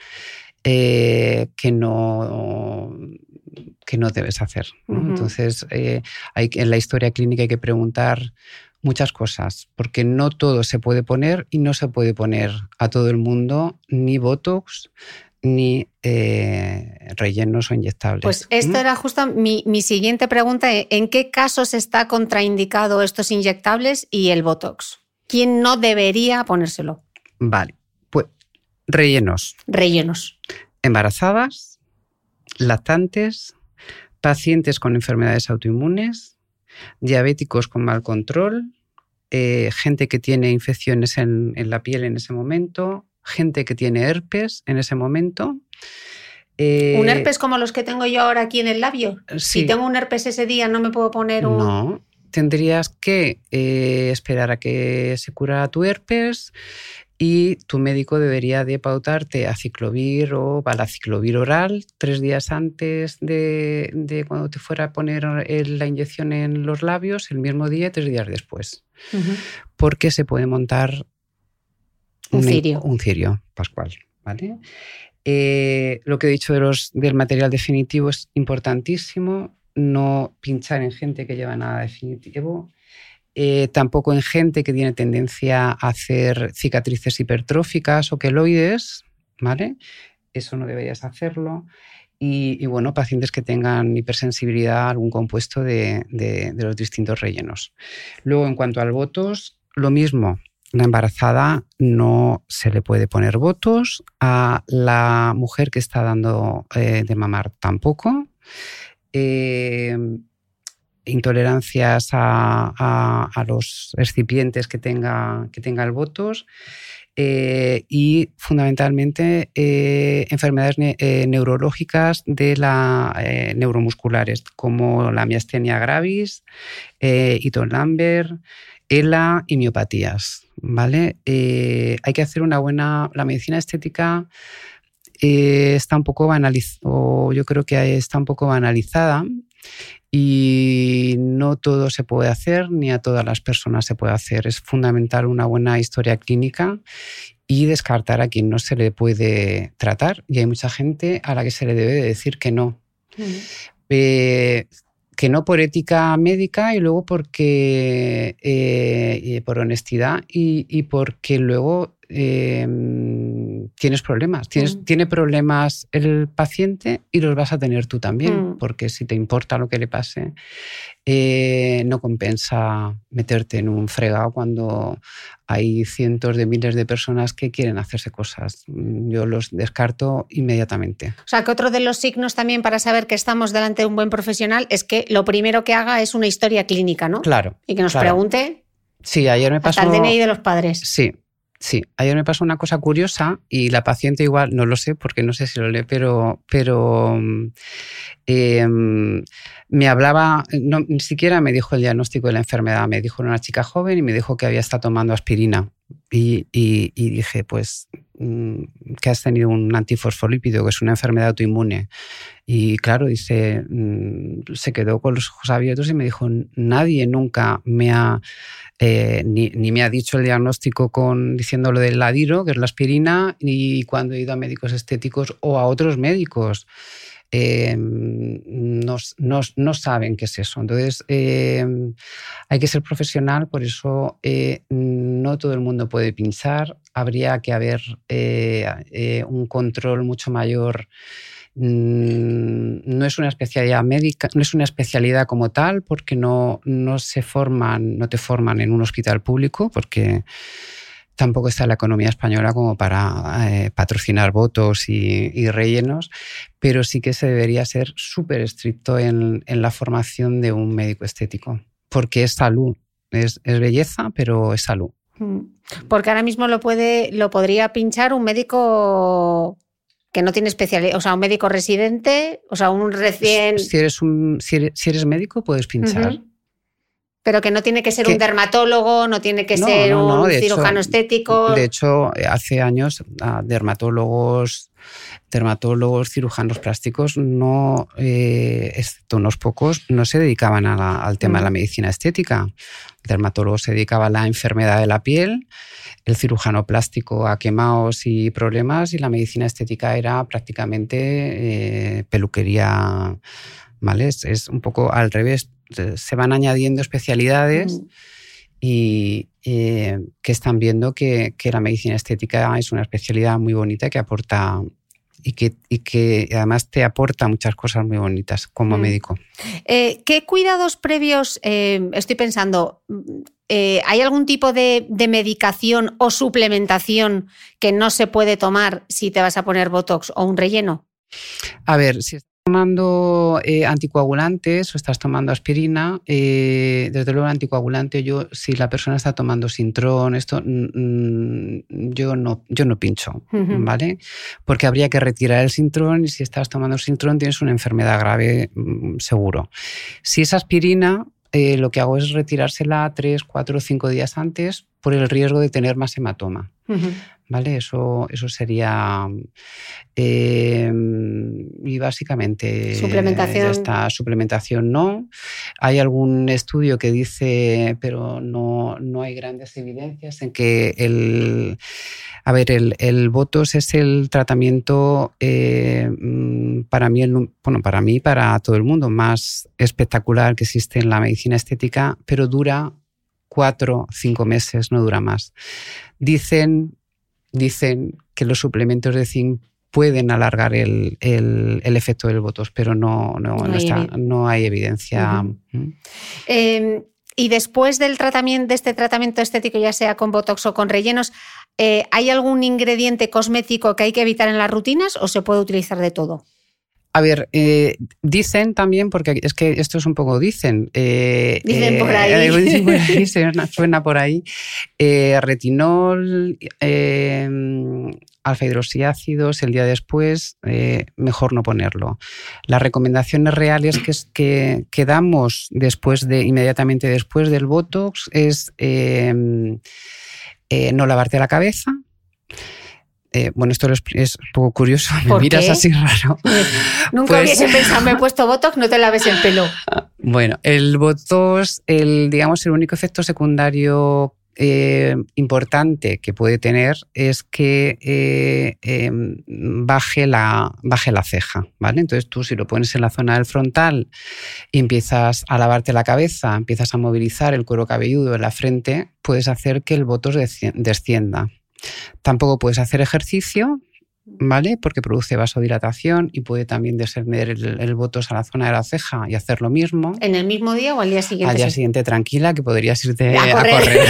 que no debes hacer, ¿no? Entonces, en la historia clínica hay que preguntar muchas cosas, porque no todo se puede poner y no se puede poner a todo el mundo ni Botox ni rellenos o inyectables. Pues esto era justo mi siguiente pregunta. ¿En qué casos está contraindicado estos inyectables y el Botox? ¿Quién no debería ponérselo? Vale, pues rellenos. Embarazadas, lactantes, pacientes con enfermedades autoinmunes, diabéticos con mal control, gente que tiene infecciones en la piel en ese momento, gente que tiene herpes en ese momento. ¿Un herpes como los que tengo yo ahora aquí en el labio? Sí. Si tengo un herpes ese día, ¿no me puedo poner un...? No, tendrías que esperar a que se curara tu herpes y tu médico debería de pautarte aciclovir o valaciclovir oral 3 días antes de cuando te fuera a poner la inyección en los labios, el mismo día y 3 días después. Uh-huh. Porque se puede montar un cirio pascual, ¿vale? Lo que he dicho del material definitivo es importantísimo, no pinchar en gente que lleva nada definitivo. Tampoco en gente que tiene tendencia a hacer cicatrices hipertróficas o queloides, ¿vale? Eso no deberías hacerlo. Y bueno, pacientes que tengan hipersensibilidad a algún compuesto de los distintos rellenos. Luego, en cuanto al Botox, lo mismo. La embarazada no se le puede poner Botox, a la mujer que está dando de mamar tampoco. Intolerancias a los excipientes que tenga el Botox y fundamentalmente enfermedades neurológicas neuromusculares como la miastenia gravis, Eaton Lambert, ELA y miopatías, ¿vale? Hay que hacer la medicina estética está un poco banalizada, yo creo que está un poco banalizada. Y no todo se puede hacer, ni a todas las personas se puede hacer. Es fundamental una buena historia clínica y descartar a quien no se le puede tratar. Y hay mucha gente a la que se le debe de decir que no. Que no por ética médica y luego porque por honestidad y porque luego tienes problemas. Tiene problemas el paciente y los vas a tener tú también, porque si te importa lo que le pase, no compensa meterte en un fregado cuando hay cientos de miles de personas que quieren hacerse cosas. Yo los descarto inmediatamente. O sea, que otro de los signos también para saber que estamos delante de un buen profesional es que lo primero que haga es una historia clínica, ¿no? Claro. Y que nos pregunte. Sí, ayer me pasó... Hasta el DNI de los padres. Sí. Sí, ayer me pasó una cosa curiosa y la paciente igual, no lo sé porque no sé si lo lee, pero me hablaba, no, ni siquiera me dijo el diagnóstico de la enfermedad, me dijo una chica joven y me dijo que había estado tomando aspirina y dije, pues, que has tenido un antifosfolípido, que es una enfermedad autoinmune. Y claro, dice, se quedó con los ojos abiertos y me dijo, nadie nunca me ha... ni me ha dicho el diagnóstico diciendo lo del ladiro, que es la aspirina, y cuando he ido a médicos estéticos o a otros médicos no saben qué es eso. Entonces hay que ser profesional, por eso no todo el mundo puede pinchar, habría que haber un control mucho mayor. No es una especialidad médica, no es una especialidad como tal, porque no te forman en un hospital público, porque tampoco está la economía española como para patrocinar botox y rellenos, pero sí que se debería ser súper estricto en la formación de un médico estético, porque es salud, es belleza, pero es salud. Porque ahora mismo lo podría pinchar un médico que no tiene especialidad, o sea, un médico residente, o sea, un recién... Si eres médico, puedes pinchar. Uh-huh. Pero que no tiene que ser un dermatólogo, no tiene que ser un cirujano estético. De hecho, hace años dermatólogos, cirujanos plásticos, no, excepto unos pocos, no se dedicaban al tema de la medicina estética. El dermatólogo se dedicaba a la enfermedad de la piel, el cirujano plástico a quemados y problemas, y la medicina estética era prácticamente peluquería, ¿vale? Es un poco al revés. Se van añadiendo especialidades y que están viendo que la medicina estética es una especialidad muy bonita que aporta y que además te aporta muchas cosas muy bonitas como médico. ¿Qué cuidados previos, estoy pensando, hay algún tipo de medicación o suplementación que no se puede tomar si te vas a poner botox o un relleno? A ver, si estás tomando anticoagulantes o estás tomando aspirina, desde luego el anticoagulante, si la persona está tomando Sintrón, esto yo no pincho, ¿vale? Porque habría que retirar el Sintrón y si estás tomando Sintrón tienes una enfermedad grave seguro. Si es aspirina, lo que hago es retirársela 3, 4, 5 días antes por el riesgo de tener más hematoma. ¿Vale? Eso sería... y básicamente... Suplementación no. Hay algún estudio que dice, pero no hay grandes evidencias en que el botox es el tratamiento para mí, para todo el mundo, más espectacular que existe en la medicina estética, pero dura 4 o 5 meses, no dura más. Dicen que los suplementos de zinc pueden alargar el efecto del botox, pero no hay evidencia. Y después de este tratamiento estético, ya sea con botox o con rellenos, ¿hay algún ingrediente cosmético que hay que evitar en las rutinas o se puede utilizar de todo? A ver, dicen también, porque es que esto es un poco dicen por ahí. Suena por ahí, retinol, alfa-hidroxiácidos, el día después, mejor no ponerlo. Las recomendaciones reales que damos inmediatamente después del botox es no lavarte la cabeza. Bueno, esto es un poco curioso, me miras así raro. Nunca hubiese pensado, me he puesto botox, no te laves el pelo. Bueno, el botox, el único efecto secundario importante que puede tener es que baje la ceja, ¿vale? Entonces tú, si lo pones en la zona del frontal y empiezas a lavarte la cabeza, empiezas a movilizar el cuero cabelludo de la frente, puedes hacer que el botox descienda. Tampoco puedes hacer ejercicio, ¿vale? Porque produce vasodilatación y puede también descender el botox a la zona de la ceja y hacer lo mismo. ¿En el mismo día o al día siguiente? Al día siguiente, tranquila, que podrías irte a correr.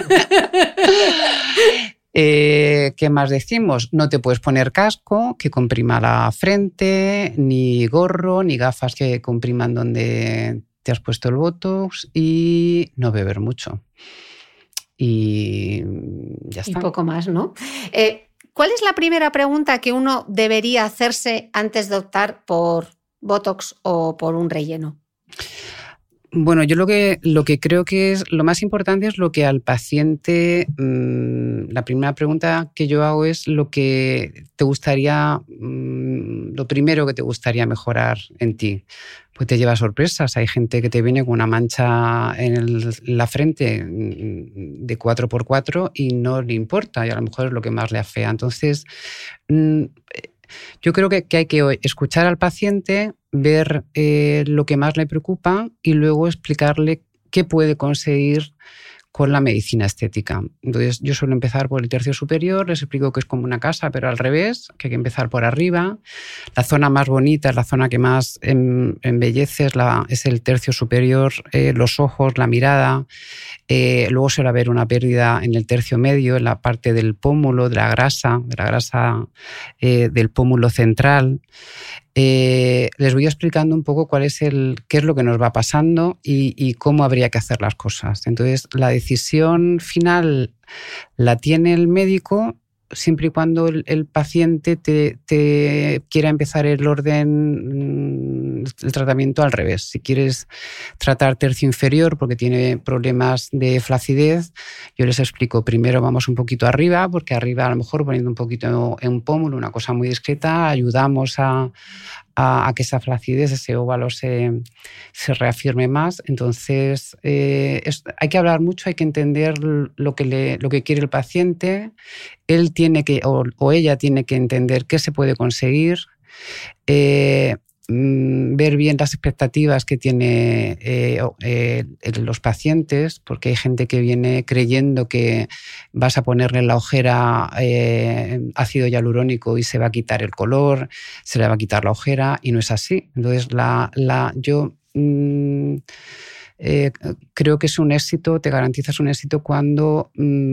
¿Qué más decimos? No te puedes poner casco que comprima la frente, ni gorro, ni gafas que compriman donde te has puesto el botox, y no beber mucho. y ya está. Y poco más, ¿no? ¿Cuál es la primera pregunta que uno debería hacerse antes de optar por Botox o por un relleno? Bueno, yo lo que creo que es lo más importante es lo que al paciente, la primera pregunta que yo hago es lo que te gustaría, lo primero que te gustaría mejorar en ti. Pues te lleva sorpresas. Hay gente que te viene con una mancha en la frente de 4x4 y no le importa, y a lo mejor es lo que más le afea. Entonces, yo creo que hay que escuchar al paciente, ver lo que más le preocupa y luego explicarle qué puede conseguir con la medicina estética. Entonces, yo suelo empezar por el tercio superior, les explico que es como una casa, pero al revés, que hay que empezar por arriba. La zona más bonita, la zona que más embellece es el tercio superior, los ojos, la mirada. Luego suele haber una pérdida en el tercio medio, en la parte del pómulo, de la grasa del pómulo central. Les voy explicando un poco qué es lo que nos va pasando y cómo habría que hacer las cosas. Entonces, la decisión final la tiene el médico siempre y cuando el paciente te quiera empezar el tratamiento al revés. Si quieres tratar tercio inferior porque tiene problemas de flacidez, yo les explico, primero vamos un poquito arriba, porque arriba a lo mejor poniendo un poquito en un pómulo, una cosa muy discreta, ayudamos a que esa flacidez, ese óvalo se reafirme más. Entonces, hay que hablar mucho, hay que entender lo que quiere el paciente. Él tiene que, o ella tiene que entender qué se puede conseguir, ver bien las expectativas que tiene los pacientes, porque hay gente que viene creyendo que vas a ponerle en la ojera ácido hialurónico y se va a quitar el color, se le va a quitar la ojera, y no es así. Entonces, yo creo que es un éxito, te garantizas un éxito cuando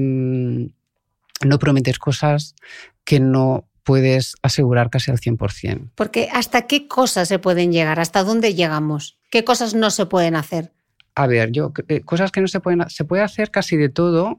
no prometes cosas que no puedes asegurar casi al 100%. Porque ¿hasta qué cosas se pueden llegar? ¿Hasta dónde llegamos? ¿Qué cosas no se pueden hacer? A ver, cosas que no se pueden hacer, se puede hacer casi de todo.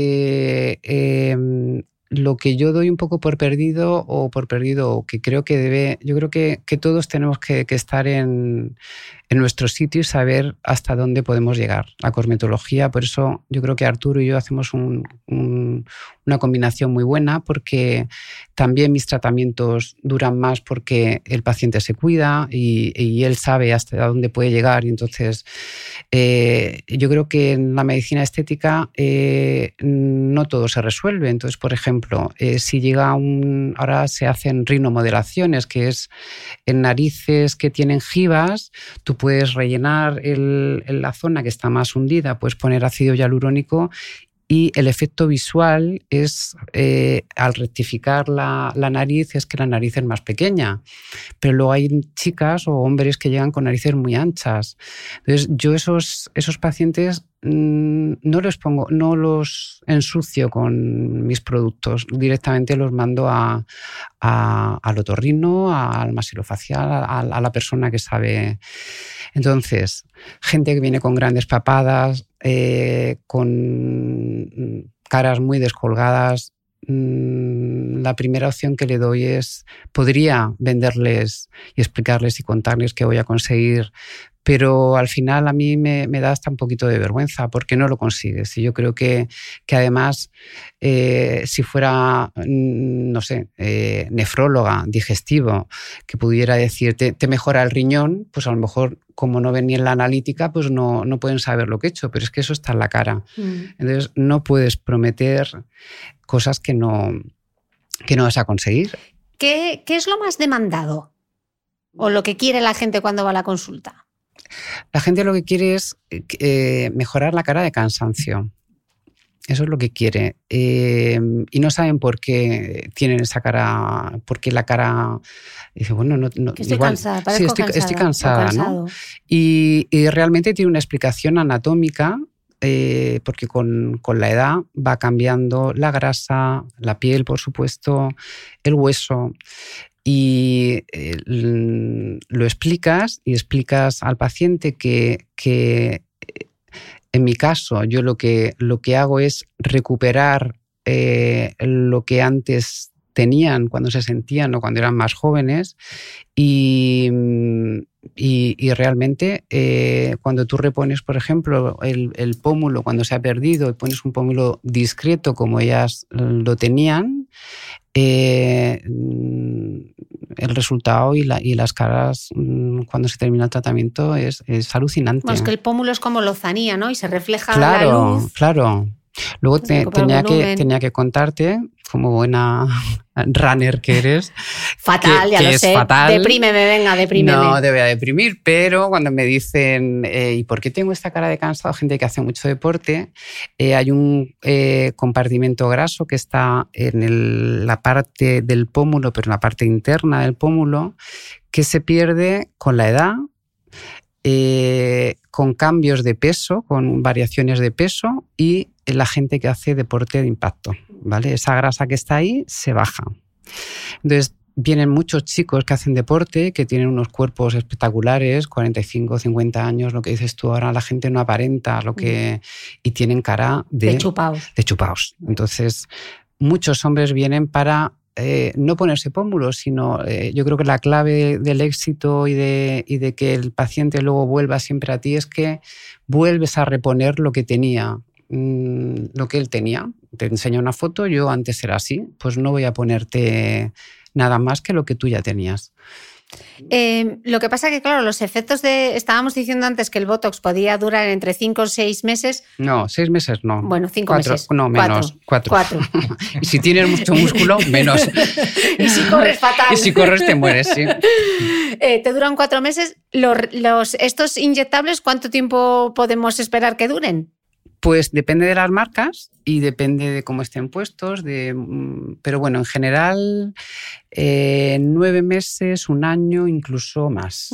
Lo que yo doy un poco por perdido, o que creo que yo creo que todos tenemos que estar en nuestro sitio y saber hasta dónde podemos llegar. La cosmetología, por eso yo creo que Arturo y yo hacemos una combinación muy buena, porque también mis tratamientos duran más porque el paciente se cuida y él sabe hasta dónde puede llegar. Y entonces, yo creo que en la medicina estética no todo se resuelve. Entonces, por ejemplo, si llega ahora se hacen rinomodelaciones, que es en narices que tienen jibas, tú puedes rellenar la zona que está más hundida, puedes poner ácido hialurónico, y el efecto visual es, al rectificar la nariz, es que la nariz es más pequeña. Pero luego hay chicas o hombres que llegan con narices muy anchas. Entonces, yo esos pacientes no los ensucio con mis productos. Directamente los mando al otorrino, al masilofacial, a la persona que sabe. Entonces, gente que viene con grandes papadas, con caras muy descolgadas, la primera opción que le doy es, podría venderles y explicarles y contarles qué voy a conseguir, pero al final a mí me da hasta un poquito de vergüenza porque no lo consigues. Y yo creo que además, si fuera, no sé, nefróloga, digestivo, que pudiera decirte, te mejora el riñón, pues a lo mejor, como no ven ni en la analítica, pues no pueden saber lo que he hecho, pero es que eso está en la cara. Entonces, no puedes prometer cosas que no vas a conseguir. ¿Qué es lo más demandado? ¿O lo que quiere la gente cuando va a la consulta? La gente lo que quiere es mejorar la cara de cansancio. Eso es lo que quiere. Y no saben por qué tienen esa cara, por qué la cara... Dice, bueno, no que estoy igual, cansada, sí, estoy cansada, ¿no? Y realmente tiene una explicación anatómica, porque con la edad va cambiando la grasa, la piel, por supuesto, el hueso. Y lo explicas al paciente que En mi caso, yo lo que hago es recuperar lo que antes tenían cuando se sentían o cuando eran más jóvenes y realmente cuando tú repones, por ejemplo, el pómulo cuando se ha perdido y pones un pómulo discreto como ellas lo tenían, el resultado y las caras cuando se termina el tratamiento es alucinante. Bueno, es que el pómulo es como lozanía, ¿no? Y se refleja la luz. Claro. Luego tenía que contarte, como buena runner que eres. Fatal, ya lo sé. Fatal. Deprímeme. No te voy a deprimir, pero cuando me dicen ¿y por qué tengo esta cara de cansado? Gente que hace mucho deporte, hay un compartimento graso que está en la parte del pómulo, pero en la parte interna del pómulo, que se pierde con la edad, con cambios de peso, con variaciones de peso y la gente que hace deporte de impacto, ¿vale? Esa grasa que está ahí se baja. Entonces vienen muchos chicos que hacen deporte, que tienen unos cuerpos espectaculares, 45, 50 años, lo que dices tú, ahora la gente no aparenta y tienen cara de chupaos. Entonces muchos hombres vienen para no ponerse pómulos, sino yo creo que la clave del éxito y de que el paciente luego vuelva siempre a ti es que vuelves a reponer lo que tenía, lo que él tenía. Te enseño una foto, yo antes era así, pues no voy a ponerte nada más que lo que tú ya tenías. Lo que pasa que, claro, los efectos estábamos diciendo antes que el Botox podía durar entre 5 o 6 meses. No, 6 meses no. Bueno, 5 meses. No, menos. 4. Y si tienes mucho músculo, menos. Y si corres fatal. Y si corres te mueres, sí. Te duran 4 meses. Estos inyectables, ¿cuánto tiempo podemos esperar que duren? Pues depende de las marcas y depende de cómo estén puestos, pero bueno, en general 9 meses, 1 año, incluso más.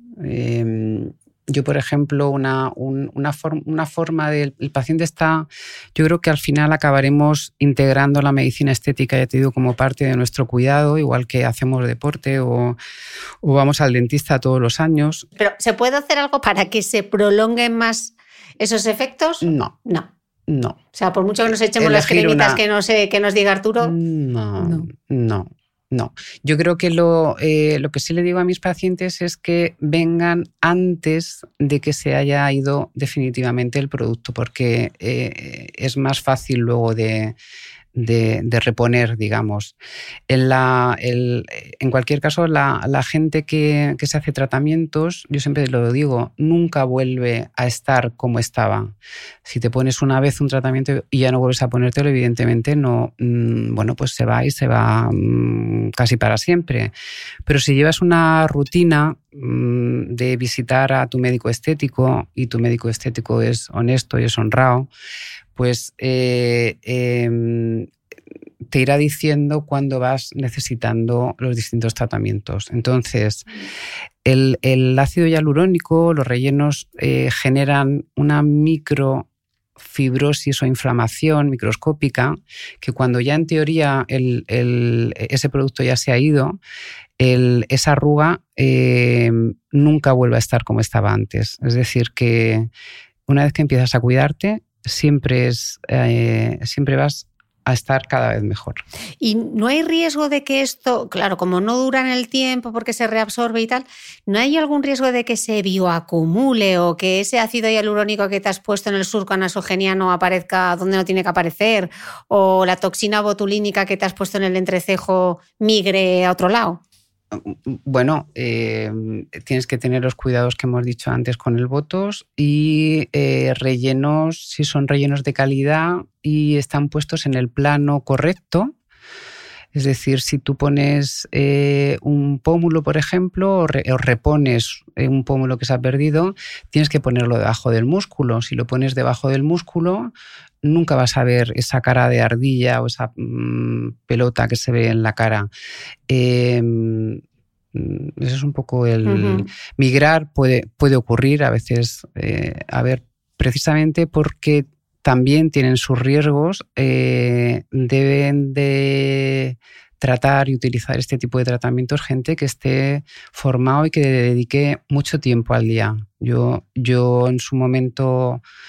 Yo, por ejemplo, una forma del paciente está... Yo creo que al final acabaremos integrando la medicina estética, ya te digo, como parte de nuestro cuidado, igual que hacemos deporte o vamos al dentista todos los años. ¿Pero se puede hacer algo para que se prolonguen más esos efectos? No. O sea, por mucho que nos echemos las cremitas que nos diga Arturo. No. Yo creo que lo que sí le digo a mis pacientes es que vengan antes de que se haya ido definitivamente el producto, porque es más fácil luego de reponer, digamos. En cualquier caso, la gente que se hace tratamientos, yo siempre lo digo, nunca vuelve a estar como estaba. Si te pones una vez un tratamiento y ya no vuelves a ponértelo, evidentemente no, pues se va casi para siempre. Pero si llevas una rutina de visitar a tu médico estético y tu médico estético es honesto y es honrado, pues te irá diciendo cuándo vas necesitando los distintos tratamientos. Entonces, el ácido hialurónico, los rellenos generan una microfibrosis o inflamación microscópica que cuando ya en teoría ese producto ya se ha ido, esa arruga nunca vuelve a estar como estaba antes. Es decir, que una vez que empiezas a cuidarte, siempre vas a estar cada vez mejor. ¿Y no hay riesgo de que esto, claro, como no dura en el tiempo porque se reabsorbe y tal, no hay algún riesgo de que se bioacumule o que ese ácido hialurónico que te has puesto en el surco nasogeniano aparezca donde no tiene que aparecer, o la toxina botulínica que te has puesto en el entrecejo migre a otro lado? Bueno, tienes que tener los cuidados que hemos dicho antes con el Botox y rellenos, si son rellenos de calidad y están puestos en el plano correcto. Es decir, si tú pones un pómulo, por ejemplo, o repones un pómulo que se ha perdido, tienes que ponerlo debajo del músculo. Si lo pones debajo del músculo, nunca vas a ver esa cara de ardilla o esa pelota que se ve en la cara. Eso es un poco el... Migrar puede ocurrir a veces, precisamente porque también tienen sus riesgos, deben de tratar y utilizar este tipo de tratamientos gente que esté formado y que dedique mucho tiempo al día. Yo en su momento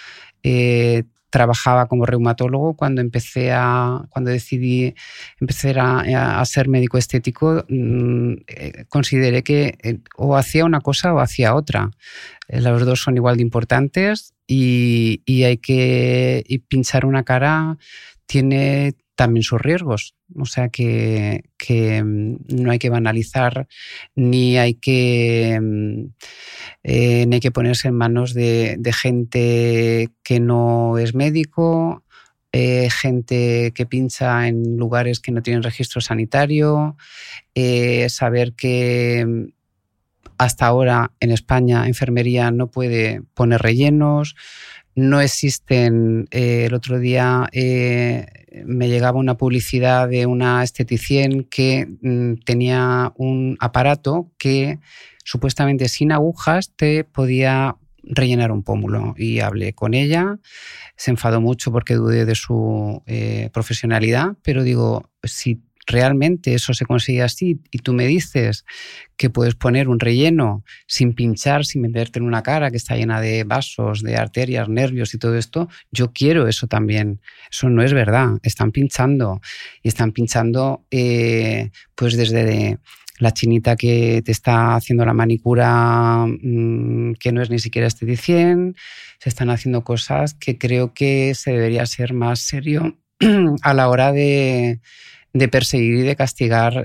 trabajaba como reumatólogo. Cuando decidí empezar a ser médico estético, consideré que o hacía una cosa o hacía otra. Los dos son igual de importantes y pinchar una cara tiene también sus riesgos. O sea que no hay que banalizar ni hay que ponerse en manos de gente que no es médico, gente que pincha en lugares que no tienen registro sanitario, saber que hasta ahora en España enfermería no puede poner rellenos. No existen. El otro día me llegaba una publicidad de una esteticien que tenía un aparato que supuestamente sin agujas te podía rellenar un pómulo. Y hablé con ella, se enfadó mucho porque dudé de su profesionalidad, pero digo, si realmente eso se consigue así y tú me dices que puedes poner un relleno sin pinchar, sin meterte en una cara que está llena de vasos, de arterias, nervios y todo esto, yo quiero eso también. Eso no es verdad. Están pinchando y están pinchando pues desde la chinita que te está haciendo la manicura, que no es ni siquiera esteticien. Se están haciendo cosas que creo que se debería ser más serio a la hora de perseguir y de castigar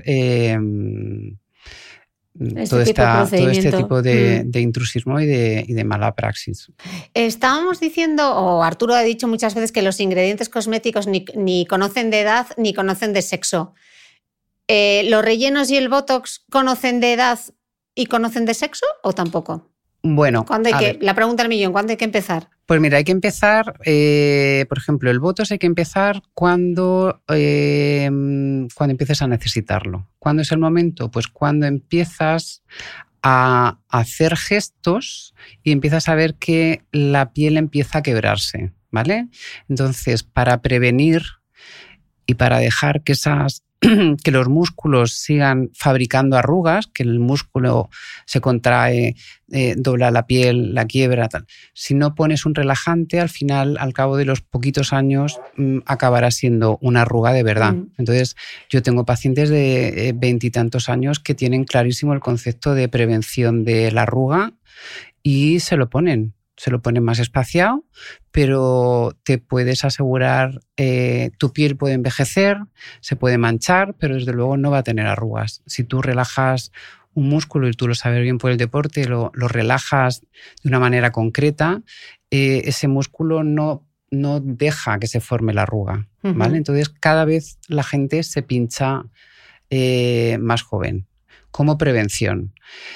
todo este tipo de intrusismo y de mala praxis. Estábamos diciendo, o Arturo ha dicho muchas veces, que los ingredientes cosméticos ni conocen de edad ni conocen de sexo. ¿Los rellenos y el botox conocen de edad y conocen de sexo o tampoco? Bueno, la pregunta del millón, ¿cuándo hay que empezar? Pues mira, hay que empezar, por ejemplo, el botox hay que empezar cuando empieces a necesitarlo. ¿Cuándo es el momento? Pues cuando empiezas a hacer gestos y empiezas a ver que la piel empieza a quebrarse, ¿vale? Entonces, para prevenir y para dejar que los músculos sigan fabricando arrugas, que el músculo se contrae, dobla la piel, la quiebra, tal. Si no pones un relajante, al final, al cabo de los poquitos años, acabará siendo una arruga de verdad. Entonces, yo tengo pacientes de 20 y tantos años que tienen clarísimo el concepto de prevención de la arruga y se lo ponen más espaciado, pero te puedes asegurar, tu piel puede envejecer, se puede manchar, pero desde luego no va a tener arrugas. Si tú relajas un músculo, y tú lo sabes bien por el deporte, lo relajas de una manera concreta, ese músculo no deja que se forme la arruga, ¿vale? Entonces cada vez la gente se pincha más joven, como prevención.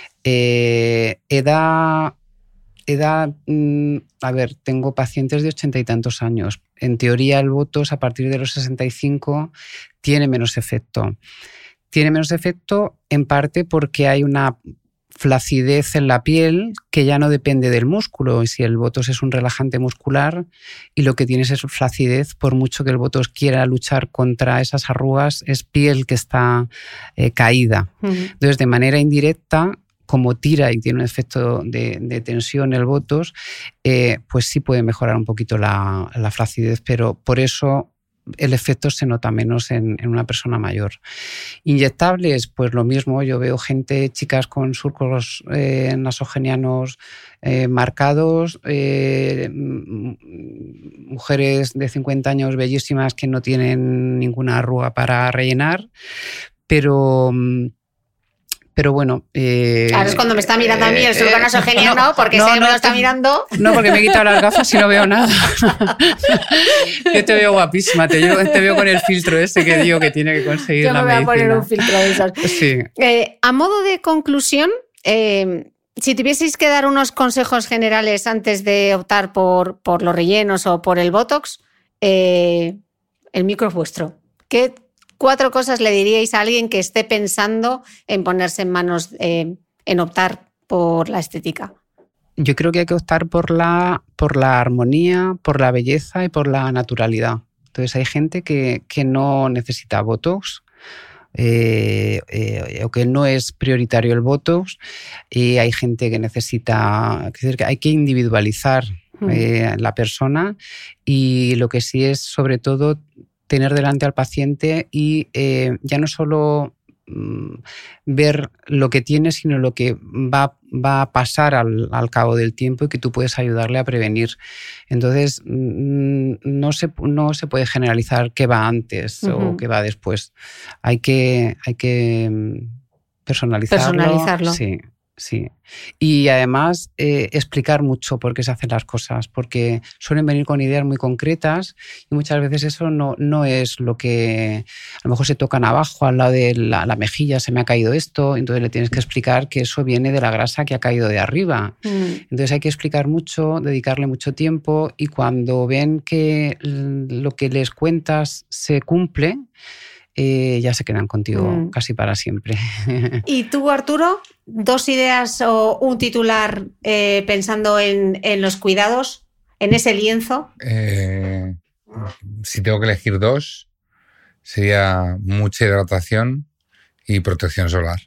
Edad, a ver, tengo pacientes de 80 y tantos años. En teoría, el botox a partir de los 65 tiene menos efecto. Tiene menos efecto en parte porque hay una flacidez en la piel que ya no depende del músculo. Y si el botox es un relajante muscular y lo que tienes es flacidez, por mucho que el botox quiera luchar contra esas arrugas, es piel que está caída. Entonces, de manera indirecta, como tira y tiene un efecto de tensión el botox, pues sí puede mejorar un poquito la flacidez, pero por eso el efecto se nota menos en una persona mayor. Inyectables, pues lo mismo. Yo veo chicas con surcos nasogenianos marcados, mujeres de 50 años bellísimas que no tienen ninguna arruga para rellenar, pero bueno... Ahora es cuando me está mirando a mí el surco nasogeniano, porque se me lo está mirando. No, porque me he quitado las gafas y no veo nada. Yo te veo guapísima, te veo con el filtro ese que digo que tiene que conseguir la medicina. Yo me voy a poner un filtro de esos. Sí. A modo de conclusión, si tuvieseis que dar unos consejos generales antes de optar por los rellenos o por el botox, el micro es vuestro. ¿Qué 4 cosas le diríais a alguien que esté pensando en ponerse en manos, en optar por la estética? Yo creo que hay que optar por la armonía, por la belleza y por la naturalidad. Entonces hay gente que no necesita botox, o que no es prioritario el botox, y hay gente que necesita... Es decir, que hay que individualizar la persona, y lo que sí es sobre todo tener delante al paciente y ya no solo ver lo que tiene, sino lo que va a pasar al cabo del tiempo y que tú puedes ayudarle a prevenir. Entonces, no se puede generalizar qué va antes o qué va después. Hay que personalizarlo. Sí. Y además explicar mucho por qué se hacen las cosas, porque suelen venir con ideas muy concretas y muchas veces eso no es lo que a lo mejor se tocan abajo, al lado de la mejilla se me ha caído esto, entonces le tienes que explicar que eso viene de la grasa que ha caído de arriba. Entonces hay que explicar mucho, dedicarle mucho tiempo, y cuando ven que lo que les cuentas se cumple, ya se quedan contigo casi para siempre. ¿Y tú, Arturo? ¿2 ideas o un titular pensando en los cuidados, en ese lienzo? Si tengo que elegir 2, sería mucha hidratación y protección solar.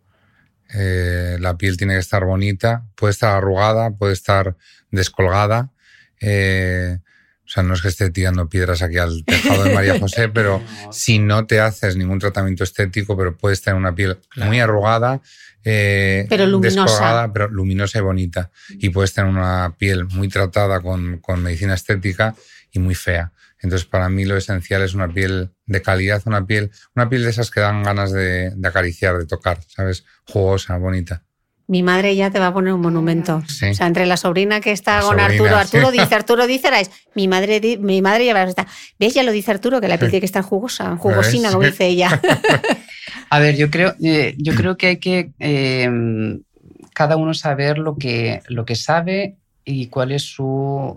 La piel tiene que estar bonita, puede estar arrugada, puede estar descolgada. O sea, no es que esté tirando piedras aquí al tejado de María José, pero si no te haces ningún tratamiento estético, pero puedes tener una piel muy arrugada, pero luminosa. Descolgada, pero luminosa y bonita. Y puedes tener una piel muy tratada con medicina estética y muy fea. Entonces, para mí lo esencial es una piel de calidad, una piel de esas que dan ganas de acariciar, de tocar, ¿sabes? Jugosa, bonita. Mi madre ya te va a poner un monumento. Sí. O sea, entre la sobrina que está con sobrina, Arturo dice, mi madre ya va a estar. ¿Ves? Ya lo dice Arturo, que la piel tiene que estar jugosina, como dice ella. A ver, yo creo que hay que cada uno saber lo que sabe y cuál es su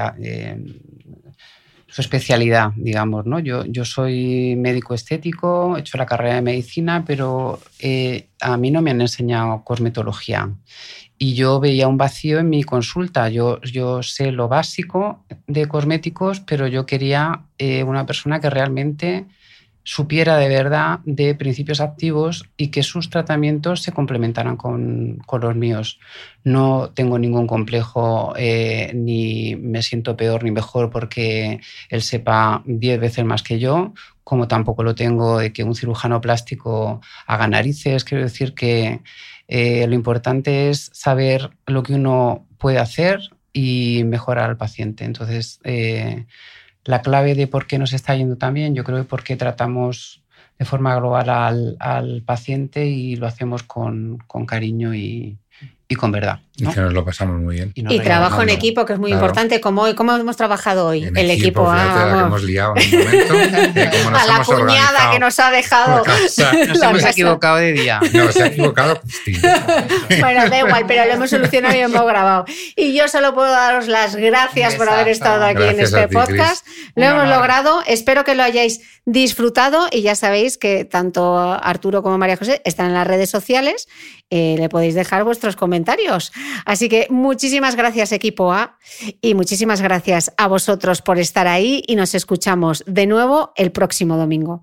especialidad, digamos, ¿no? Yo soy médico estético, he hecho la carrera de medicina, pero a mí no me han enseñado cosmetología. Y yo veía un vacío en mi consulta. Yo sé lo básico de cosméticos, pero yo quería una persona que realmente supiera de verdad de principios activos y que sus tratamientos se complementaran con los míos. No tengo ningún complejo, ni me siento peor ni mejor porque él sepa 10 veces más que yo, como tampoco lo tengo de que un cirujano plástico haga narices. Quiero decir que lo importante es saber lo que uno puede hacer y mejorar al paciente. Entonces, la clave de por qué nos está yendo tan bien, yo creo que porque tratamos de forma global al paciente y lo hacemos con cariño y con verdad, ¿no? Y que nos lo pasamos muy bien. Y trabajo en equipo, que es muy importante, como hemos trabajado hoy. El equipo la que hemos liado en un momento, cómo nos a la puñada que nos ha dejado. Nos hemos equivocado de día. No, se ha equivocado Cristina. Bueno, da igual, pero lo hemos solucionado y hemos grabado. Y yo solo puedo daros las gracias por haber estado aquí en este podcast. Lo hemos logrado. Espero que lo hayáis disfrutado y ya sabéis que tanto Arturo como María José están en las redes sociales. Le podéis dejar vuestros comentarios. Así que muchísimas gracias, equipo A, y muchísimas gracias a vosotros por estar ahí, y nos escuchamos de nuevo el próximo domingo.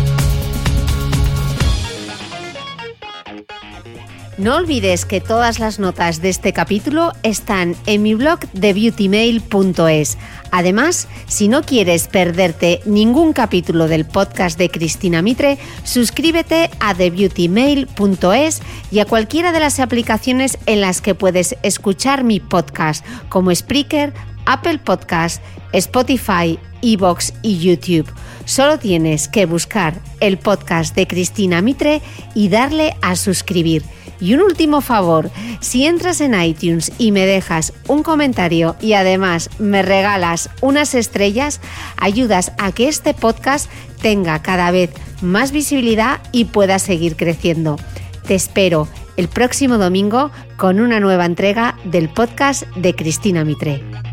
No olvides que todas las notas de este capítulo están en mi blog de beautymail.es. Además, si no quieres perderte ningún capítulo del podcast de Cristina Mitre, suscríbete a thebeautymail.es y a cualquiera de las aplicaciones en las que puedes escuchar mi podcast, como Spreaker, Apple Podcast, Spotify, iVoox y YouTube. Solo tienes que buscar el podcast de Cristina Mitre y darle a suscribir. Y un último favor, si entras en iTunes y me dejas un comentario y además me regalas unas estrellas, ayudas a que este podcast tenga cada vez más visibilidad y pueda seguir creciendo. Te espero el próximo domingo con una nueva entrega del podcast de Cristina Mitre.